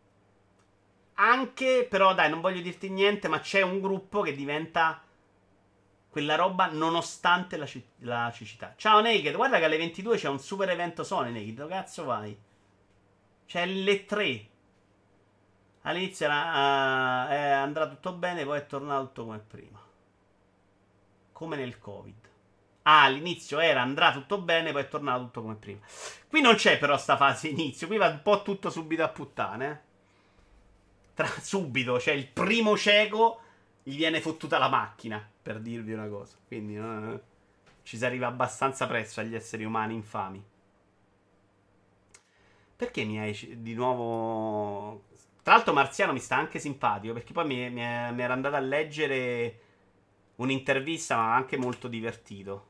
Anche, però dai, non voglio dirti niente, ma c'è un gruppo che diventa quella roba nonostante la, ce- la cecità. Ciao Naked, guarda che alle ventidue c'è un super evento Sony, Naked, dove cazzo vai? C'è le tre. All'inizio era, uh, eh, andrà tutto bene, poi è tornato tutto come prima. Come nel Covid. Ah, all'inizio era andrà tutto bene, poi è tornato tutto come prima. Qui non c'è però sta fase inizio, qui va un po' tutto subito a puttane, eh. Tra, subito, cioè il primo cieco gli viene fottuta la macchina, per dirvi una cosa. Quindi eh, ci si arriva abbastanza presto agli esseri umani infami. Perché mi hai di nuovo... Tra l'altro Marziano mi sta anche simpatico, perché poi mi, mi, mi era andato a leggere un'intervista, ma anche molto divertito.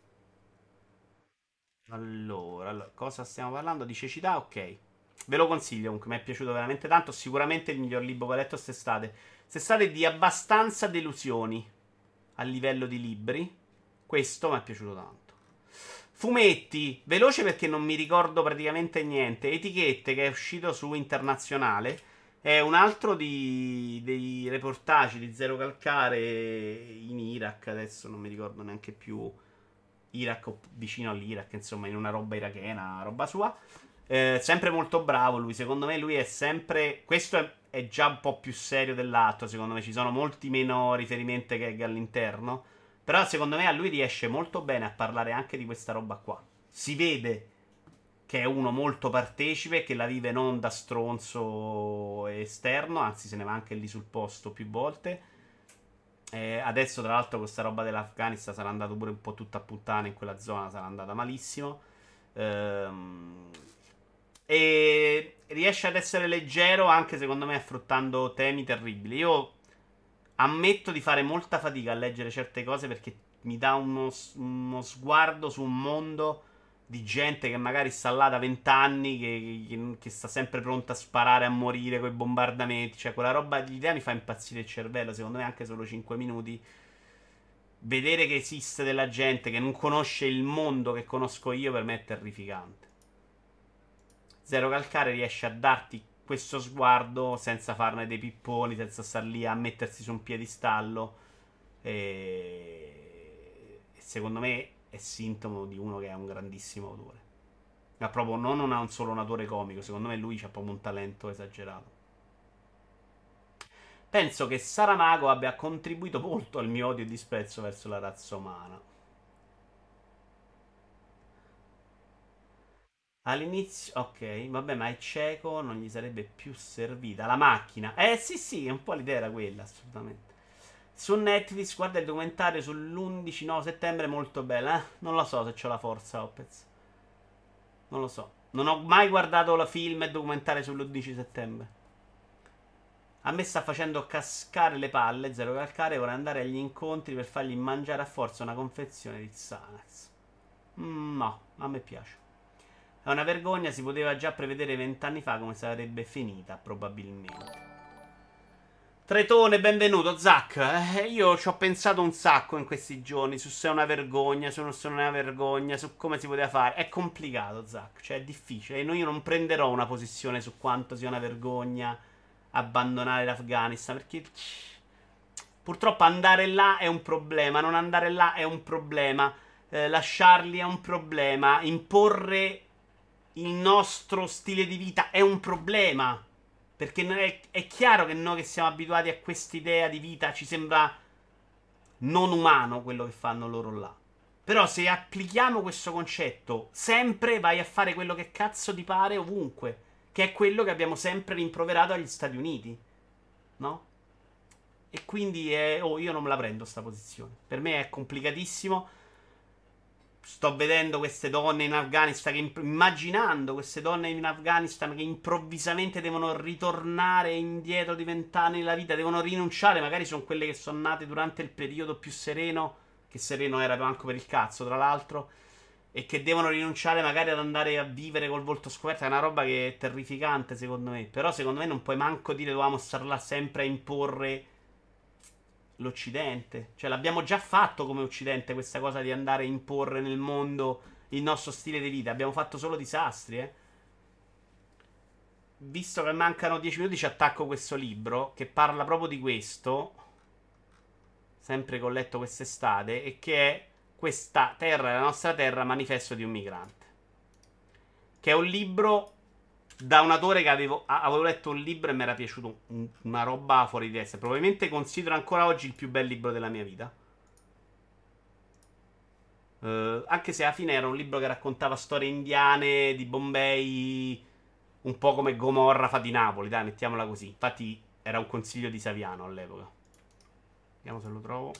Allora, allora, cosa stiamo parlando? Di cecità? Ok. Ve lo consiglio comunque, mi è piaciuto veramente tanto. Sicuramente il miglior libro che ho letto quest'estate. Quest'estate di abbastanza delusioni a livello di libri. Questo mi è piaciuto tanto. Fumetti, veloce perché non mi ricordo praticamente niente. Etichette, che è uscito su Internazionale. È un altro di, dei reportage di Zero Calcare in Iraq. Adesso non mi ricordo neanche più. Iraq o vicino all'Iraq, insomma, in una roba irachena, roba sua. Eh, sempre molto bravo lui, secondo me lui è sempre... Questo è, è già un po' più serio dell'altro, secondo me ci sono molti meno riferimenti che all'interno, però secondo me a lui riesce molto bene a parlare anche di questa roba qua. Si vede che è uno molto partecipe, che la vive non da stronzo esterno, anzi se ne va anche lì sul posto più volte. Eh, adesso tra l'altro questa roba dell'Afghanistan sarà andato pure un po' tutta a puttane in quella zona, sarà andata malissimo. Ehm... E riesce ad essere leggero anche secondo me affrontando temi terribili. Io ammetto di fare molta fatica a leggere certe cose perché mi dà uno, uno sguardo su un mondo di gente che magari sta là da vent'anni, che, che, che sta sempre pronta a sparare, a morire con i bombardamenti. Cioè quella roba di idea mi fa impazzire il cervello. Secondo me anche solo cinque minuti. Vedere che esiste della gente che non conosce il mondo che conosco io per me è terrificante. Zero Calcare riesce a darti questo sguardo senza farne dei pipponi, senza star lì a mettersi su un piedistallo. E... e secondo me è sintomo di uno che è un grandissimo autore. Ma proprio non un solo un autore comico, secondo me lui c'ha proprio un talento esagerato. Penso che Saramago abbia contribuito molto al mio odio e disprezzo verso la razza umana. All'inizio, ok, vabbè, ma è cieco, non gli sarebbe più servita la macchina. Eh sì, sì, un po' l'idea era quella, assolutamente. Su Netflix, guarda il documentario sull'undici nove settembre, molto bello, eh? Non lo so se c'ho la forza, Opez. Non lo so. Non ho mai guardato la film e documentario sull'undici settembre. A me sta facendo cascare le palle, zero calcare, vorrei andare agli incontri per fargli mangiare a forza una confezione di Xanax. Mm, no, a me piace. È una vergogna, si poteva già prevedere vent'anni fa come sarebbe finita, probabilmente. Tretone, benvenuto, Zac. Eh, io ci ho pensato un sacco in questi giorni su se è una vergogna, su se non è una vergogna, su come si poteva fare. È complicato, Zac, cioè è difficile. E io non prenderò una posizione su quanto sia una vergogna abbandonare l'Afghanistan, perché purtroppo andare là è un problema, non andare là è un problema, eh, lasciarli è un problema, imporre il nostro stile di vita è un problema. Perché è, è chiaro che noi che siamo abituati a quest'idea di vita ci sembra non umano quello che fanno loro là. Però se applichiamo questo concetto, sempre vai a fare quello che cazzo ti pare ovunque. Che è quello che abbiamo sempre rimproverato agli Stati Uniti. No? E quindi è, oh, io non me la prendo sta posizione. Per me è complicatissimo. Sto vedendo queste donne in Afghanistan, che immaginando queste donne in Afghanistan che improvvisamente devono ritornare indietro di vent'anni nella vita, devono rinunciare, magari sono quelle che sono nate durante il periodo più sereno, che sereno era anche per il cazzo tra l'altro, e che devono rinunciare magari ad andare a vivere col volto scoperto. È una roba che è terrificante secondo me. Però secondo me non puoi manco dire dovevamo star là sempre a imporre l'Occidente. Cioè l'abbiamo già fatto come Occidente questa cosa di andare a imporre nel mondo il nostro stile di vita. Abbiamo fatto solo disastri, eh. Visto che mancano dieci minuti ci attacco questo libro che parla proprio di questo, sempre che ho letto quest'estate, e che è Questa terra è la nostra terra, manifesto di un migrante, che è un libro da un autore che avevo, avevo letto un libro e mi era piaciuto un, una roba fuori di testa. Probabilmente considero ancora oggi il più bel libro della mia vita. Uh, anche se alla fine era un libro che raccontava storie indiane di Bombay, un po' come Gomorra fa di Napoli, dai, mettiamola così. Infatti era un consiglio di Saviano all'epoca. Vediamo se lo trovo.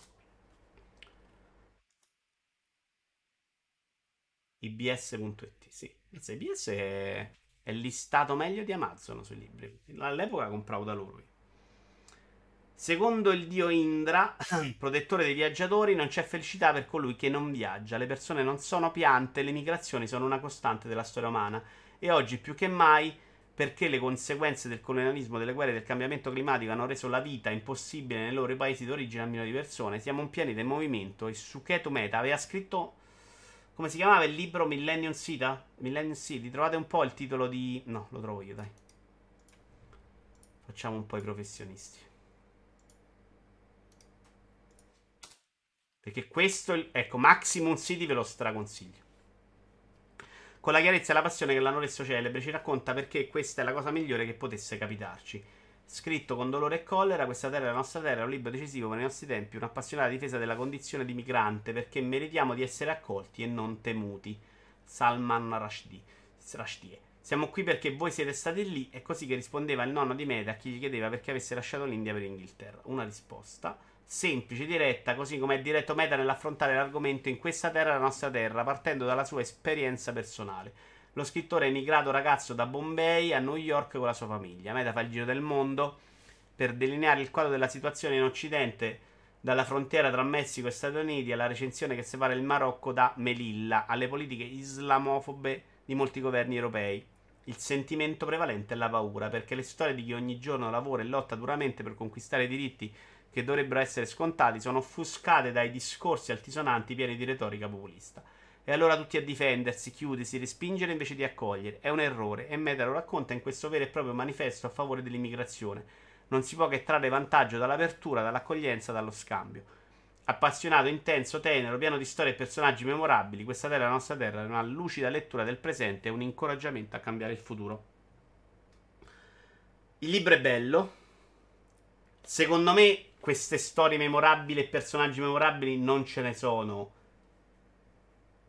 I B S punto it, sì. I B S è... è listato meglio di Amazon sui libri. All'epoca compravo da loro. Secondo il dio Indra, protettore dei viaggiatori, non c'è felicità per colui che non viaggia. Le persone non sono piante, le migrazioni sono una costante della storia umana. E oggi più che mai, perché le conseguenze del colonialismo, delle guerre e del cambiamento climatico hanno reso la vita impossibile nei loro paesi d'origine a milioni di persone, siamo un pianeta in movimento. E su Keto Meta aveva scritto... Come si chiamava il libro? Millennium City? Millennium City. Trovate un po' il titolo di... No, lo trovo io, dai. Facciamo un po' i professionisti. Perché questo... Ecco, Maximum City ve lo straconsiglio. Con la chiarezza e la passione che l'hanno reso celebre, ci racconta perché questa è la cosa migliore che potesse capitarci. Scritto con dolore e collera, Questa terra è la nostra terra è un libro decisivo per i nostri tempi, un'appassionata difesa della condizione di migrante, perché meritiamo di essere accolti e non temuti. Salman Rushdie. Rushdie. Siamo qui perché voi siete stati lì, è così che rispondeva il nonno di Meta a chi gli chiedeva perché avesse lasciato l'India per l'Inghilterra. Una risposta semplice, diretta, così come è diretto Meta nell'affrontare l'argomento in Questa terra è la nostra terra, partendo dalla sua esperienza personale. Lo scrittore è emigrato ragazzo da Bombay a New York con la sua famiglia. Meta fa il giro del mondo per delineare il quadro della situazione in Occidente, dalla frontiera tra Messico e Stati Uniti alla recensione che separa il Marocco da Melilla, alle politiche islamofobe di molti governi europei. Il sentimento prevalente è la paura, perché le storie di chi ogni giorno lavora e lotta duramente per conquistare i diritti che dovrebbero essere scontati sono offuscate dai discorsi altisonanti pieni di retorica populista. E allora tutti a difendersi, chiudersi, respingere invece di accogliere. È un errore, e Meta lo racconta in questo vero e proprio manifesto a favore dell'immigrazione. Non si può che trarre vantaggio dall'apertura, dall'accoglienza, dallo scambio. Appassionato, intenso, tenero, pieno di storie e personaggi memorabili, Questa terra è la nostra terra è una lucida lettura del presente e un incoraggiamento a cambiare il futuro. Il libro è bello. Secondo me queste storie memorabili e personaggi memorabili non ce ne sono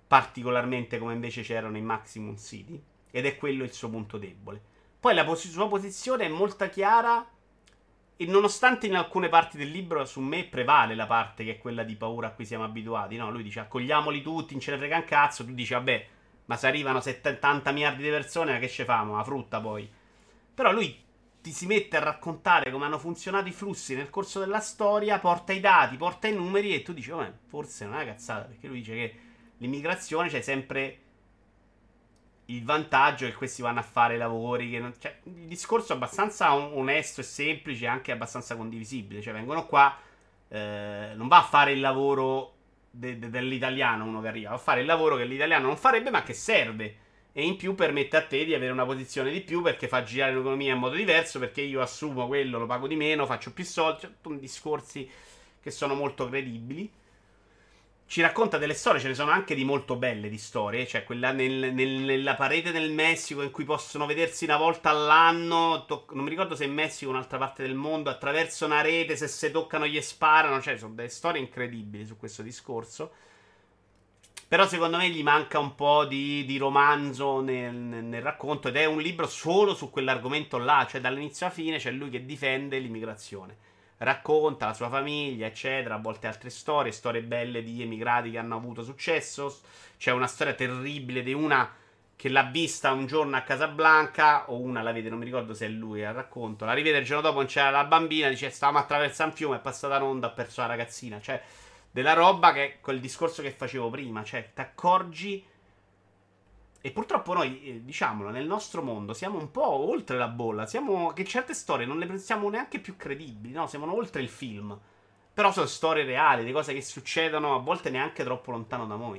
particolarmente come invece c'erano in Maximum City, ed è quello il suo punto debole. Poi la pos- sua posizione è molto chiara, e nonostante in alcune parti del libro su me prevale la parte che è quella di paura a cui siamo abituati, no? Lui dice accogliamoli tutti, non ce ne frega un cazzo, tu dici vabbè, ma se arrivano settanta miliardi di persone, ma che ce famo? La frutta poi. Però lui ti si mette a raccontare come hanno funzionato i flussi nel corso della storia, porta i dati, porta i numeri, e tu dici oh, forse non è una cazzata, perché lui dice che l'immigrazione c'è sempre il vantaggio che questi vanno a fare lavori che non... Cioè, il discorso è abbastanza onesto e semplice, anche abbastanza condivisibile. Cioè vengono qua, eh, non va a fare il lavoro de- de- dell'italiano uno che arriva, va a fare il lavoro che l'italiano non farebbe ma che serve, e in più permette a te di avere una posizione di più, perché fa girare l'economia in modo diverso, perché io assumo quello, lo pago di meno, faccio più soldi. Cioè, tutti discorsi che sono molto credibili. Ci racconta delle storie, ce ne sono anche di molto belle di storie, cioè quella nel, nel, nella parete del Messico in cui possono vedersi una volta all'anno, to- non mi ricordo se in Messico o un'altra parte del mondo, attraverso una rete, se si toccano gli sparano, cioè sono delle storie incredibili su questo discorso. Però secondo me gli manca un po' di, di romanzo nel, nel, nel racconto, ed è un libro solo su quell'argomento là, cioè dall'inizio alla fine c'è lui che difende l'immigrazione. Racconta la sua famiglia, eccetera, a volte altre storie, storie belle di emigrati che hanno avuto successo. C'è una storia terribile di una che l'ha vista un giorno a Casablanca, o una la vede, non mi ricordo se è lui al racconto, la rivede il giorno dopo, non c'era la bambina, dice stavamo attraversando un fiume, è passata un'onda, ha perso la ragazzina. Cioè, della roba che è quel discorso che facevo prima, cioè, ti accorgi. E purtroppo noi, eh, diciamolo, nel nostro mondo siamo un po' oltre la bolla. Siamo che certe storie non le pensiamo neanche più credibili, no? Siamo oltre il film. Però sono storie reali, le cose che succedono a volte neanche troppo lontano da noi.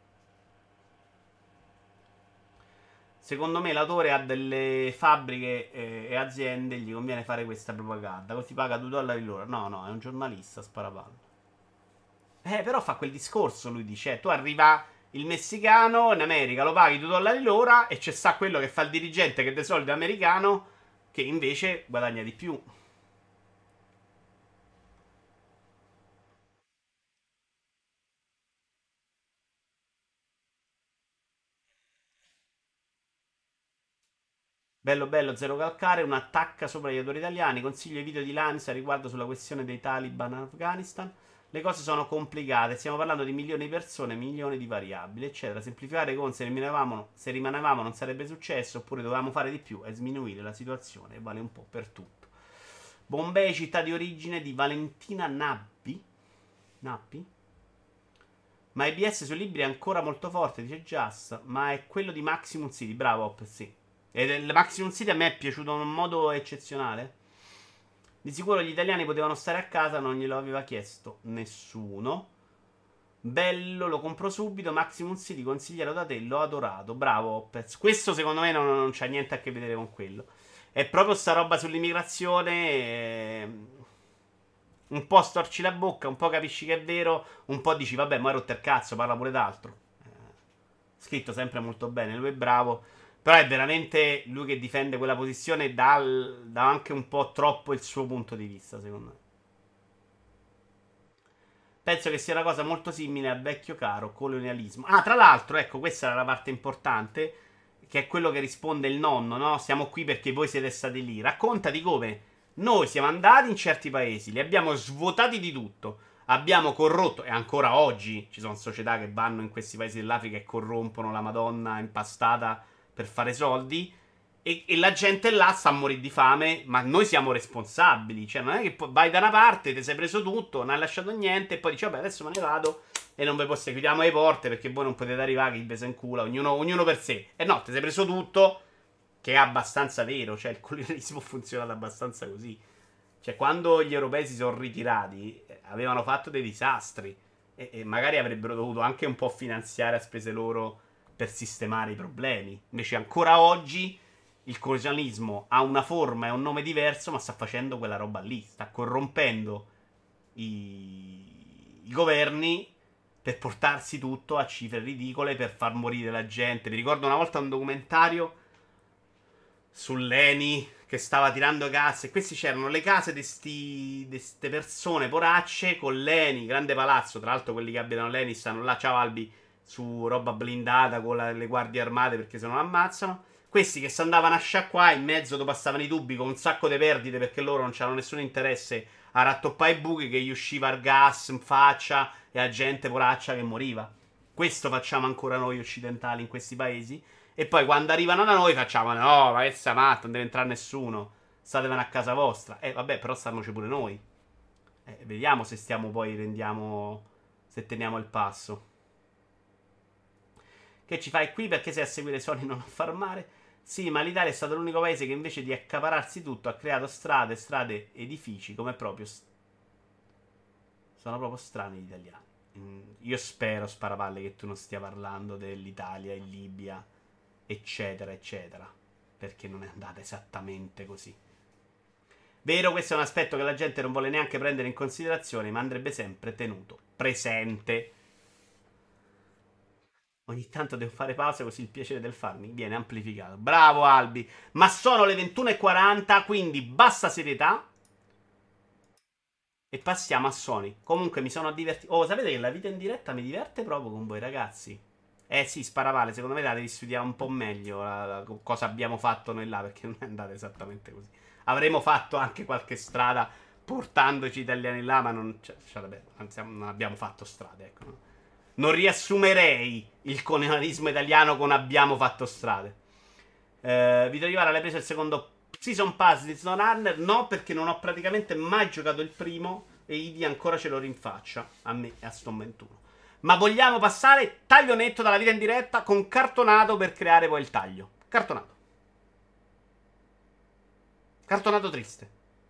Secondo me l'autore ha delle fabbriche eh, e aziende, gli conviene fare questa propaganda, così paga due dollari l'ora. No, no, è un giornalista, sparapalle. Eh, però fa quel discorso, lui dice, eh, tu arriva il messicano in America, lo paghi due dollari l'ora, e c'è sta quello che fa il dirigente che è dei soldi americano, che invece guadagna di più. Bello bello, zero calcare, un'attacca sopra gli autori italiani, consiglio i video di Lanza riguardo sulla questione dei Taliban in Afghanistan. Le cose sono complicate, stiamo parlando di milioni di persone, milioni di variabili, eccetera. Semplificare con se rimanevamo, se rimanevamo non sarebbe successo, oppure dovevamo fare di più e sminuire la situazione, vale un po' per tutto. Bombay, città di origine di Valentina Nappi. Nappi? Ma I B S sui libri è ancora molto forte, dice Just, ma è quello di Maximum City, bravo Op, sì. E il Maximum City a me è piaciuto in un modo eccezionale. Di sicuro gli italiani potevano stare a casa, non glielo aveva chiesto nessuno. Bello, lo compro subito. Maximum City, consigliato da te, l'ho adorato. Bravo Opez. Questo secondo me non, non c'ha niente a che vedere con quello. È proprio sta roba sull'immigrazione. eh, Un po' storci la bocca, un po' capisci che è vero, un po' dici vabbè, ma hai rotto il cazzo, parla pure d'altro. Eh, scritto sempre molto bene, lui è bravo. Però è veramente lui che difende quella posizione, dà, dà anche un po' troppo il suo punto di vista, secondo me. Penso che sia una cosa molto simile al vecchio caro colonialismo. Ah, tra l'altro, ecco, questa era la parte importante, che è quello che risponde il nonno, no? Siamo qui perché voi siete stati lì. Racconta di come noi siamo andati in certi paesi, li abbiamo svuotati di tutto, abbiamo corrotto, e ancora oggi ci sono società che vanno in questi paesi dell'Africa e corrompono la Madonna impastata per fare soldi, e, e la gente là sta a morire di fame, ma noi siamo responsabili. Cioè non è che poi vai da una parte, ti sei preso tutto, non hai lasciato niente, e poi dici vabbè adesso me ne vado e non vi posso, chiudiamo le porte perché voi non potete arrivare, che vi in culo, ognuno, ognuno per sé. E no, ti sei preso tutto, che è abbastanza vero. Cioè il colonialismo ha funzionato abbastanza così. Cioè quando gli europei si sono ritirati avevano fatto dei disastri, e, e magari avrebbero dovuto anche un po' finanziare a spese loro per sistemare i problemi. Invece ancora oggi il colonialismo ha una forma e un nome diverso, ma sta facendo quella roba lì, sta corrompendo i, i governi per portarsi tutto a cifre ridicole, per far morire la gente. Mi ricordo una volta un documentario sull'Eni che stava tirando casse, e questi c'erano le case di queste persone poracce con l'Eni, grande palazzo, tra l'altro quelli che abitano l'Eni stanno là, ciao Albi, su roba blindata con la- le guardie armate perché se non ammazzano. Questi che si andavano a sciacquare, in mezzo dove passavano i tubi con un sacco di perdite perché loro non c'avevano nessun interesse a rattoppare i buchi, che gli usciva il gas in faccia e la gente poraccia che moriva. Questo facciamo ancora noi occidentali in questi paesi. E poi quando arrivano da noi facciamo: no, ma che sta matto, non deve entrare nessuno, statevene a casa vostra. Eh vabbè, però stannoci pure noi. Eh, vediamo se stiamo poi rendiamo, se teniamo il passo. Che ci fai qui? Perché sei a seguire Sony e non a farmare? Sì, ma l'Italia è stato l'unico paese che invece di accapararsi tutto ha creato strade, strade, edifici, come proprio... Sono proprio strani gli italiani. Mm, io spero, Sparapalle, che tu non stia parlando dell'Italia, in Libia, eccetera, eccetera. Perché non è andata esattamente così. Vero, questo è un aspetto che la gente non vuole neanche prendere in considerazione, ma andrebbe sempre tenuto presente. Ogni tanto devo fare pausa così il piacere del farming viene amplificato. Bravo Albi. Ma sono le ventuno e quaranta, quindi bassa serietà. E passiamo a Sony. Comunque mi sono divertito. Oh, sapete che la vita in diretta mi diverte proprio con voi ragazzi. Eh sì, Sparavale, secondo me la devi studiare un po' meglio la, la, cosa abbiamo fatto noi là, perché non è andata esattamente così. Avremmo fatto anche qualche strada portandoci italiani là, ma non, cioè, cioè, vabbè, non abbiamo fatto strade, ecco, no? Non riassumerei il colonialismo italiano con abbiamo fatto strade. Eh, Vito Iovara, l'hai preso il secondo Season Pass di SnowRunner? No, perché non ho praticamente mai giocato il primo e Idi ancora ce lo rinfaccia a me e a Stone ventuno. Ma vogliamo passare taglio netto dalla vita in diretta con cartonato per creare poi il taglio. Cartonato. Cartonato triste.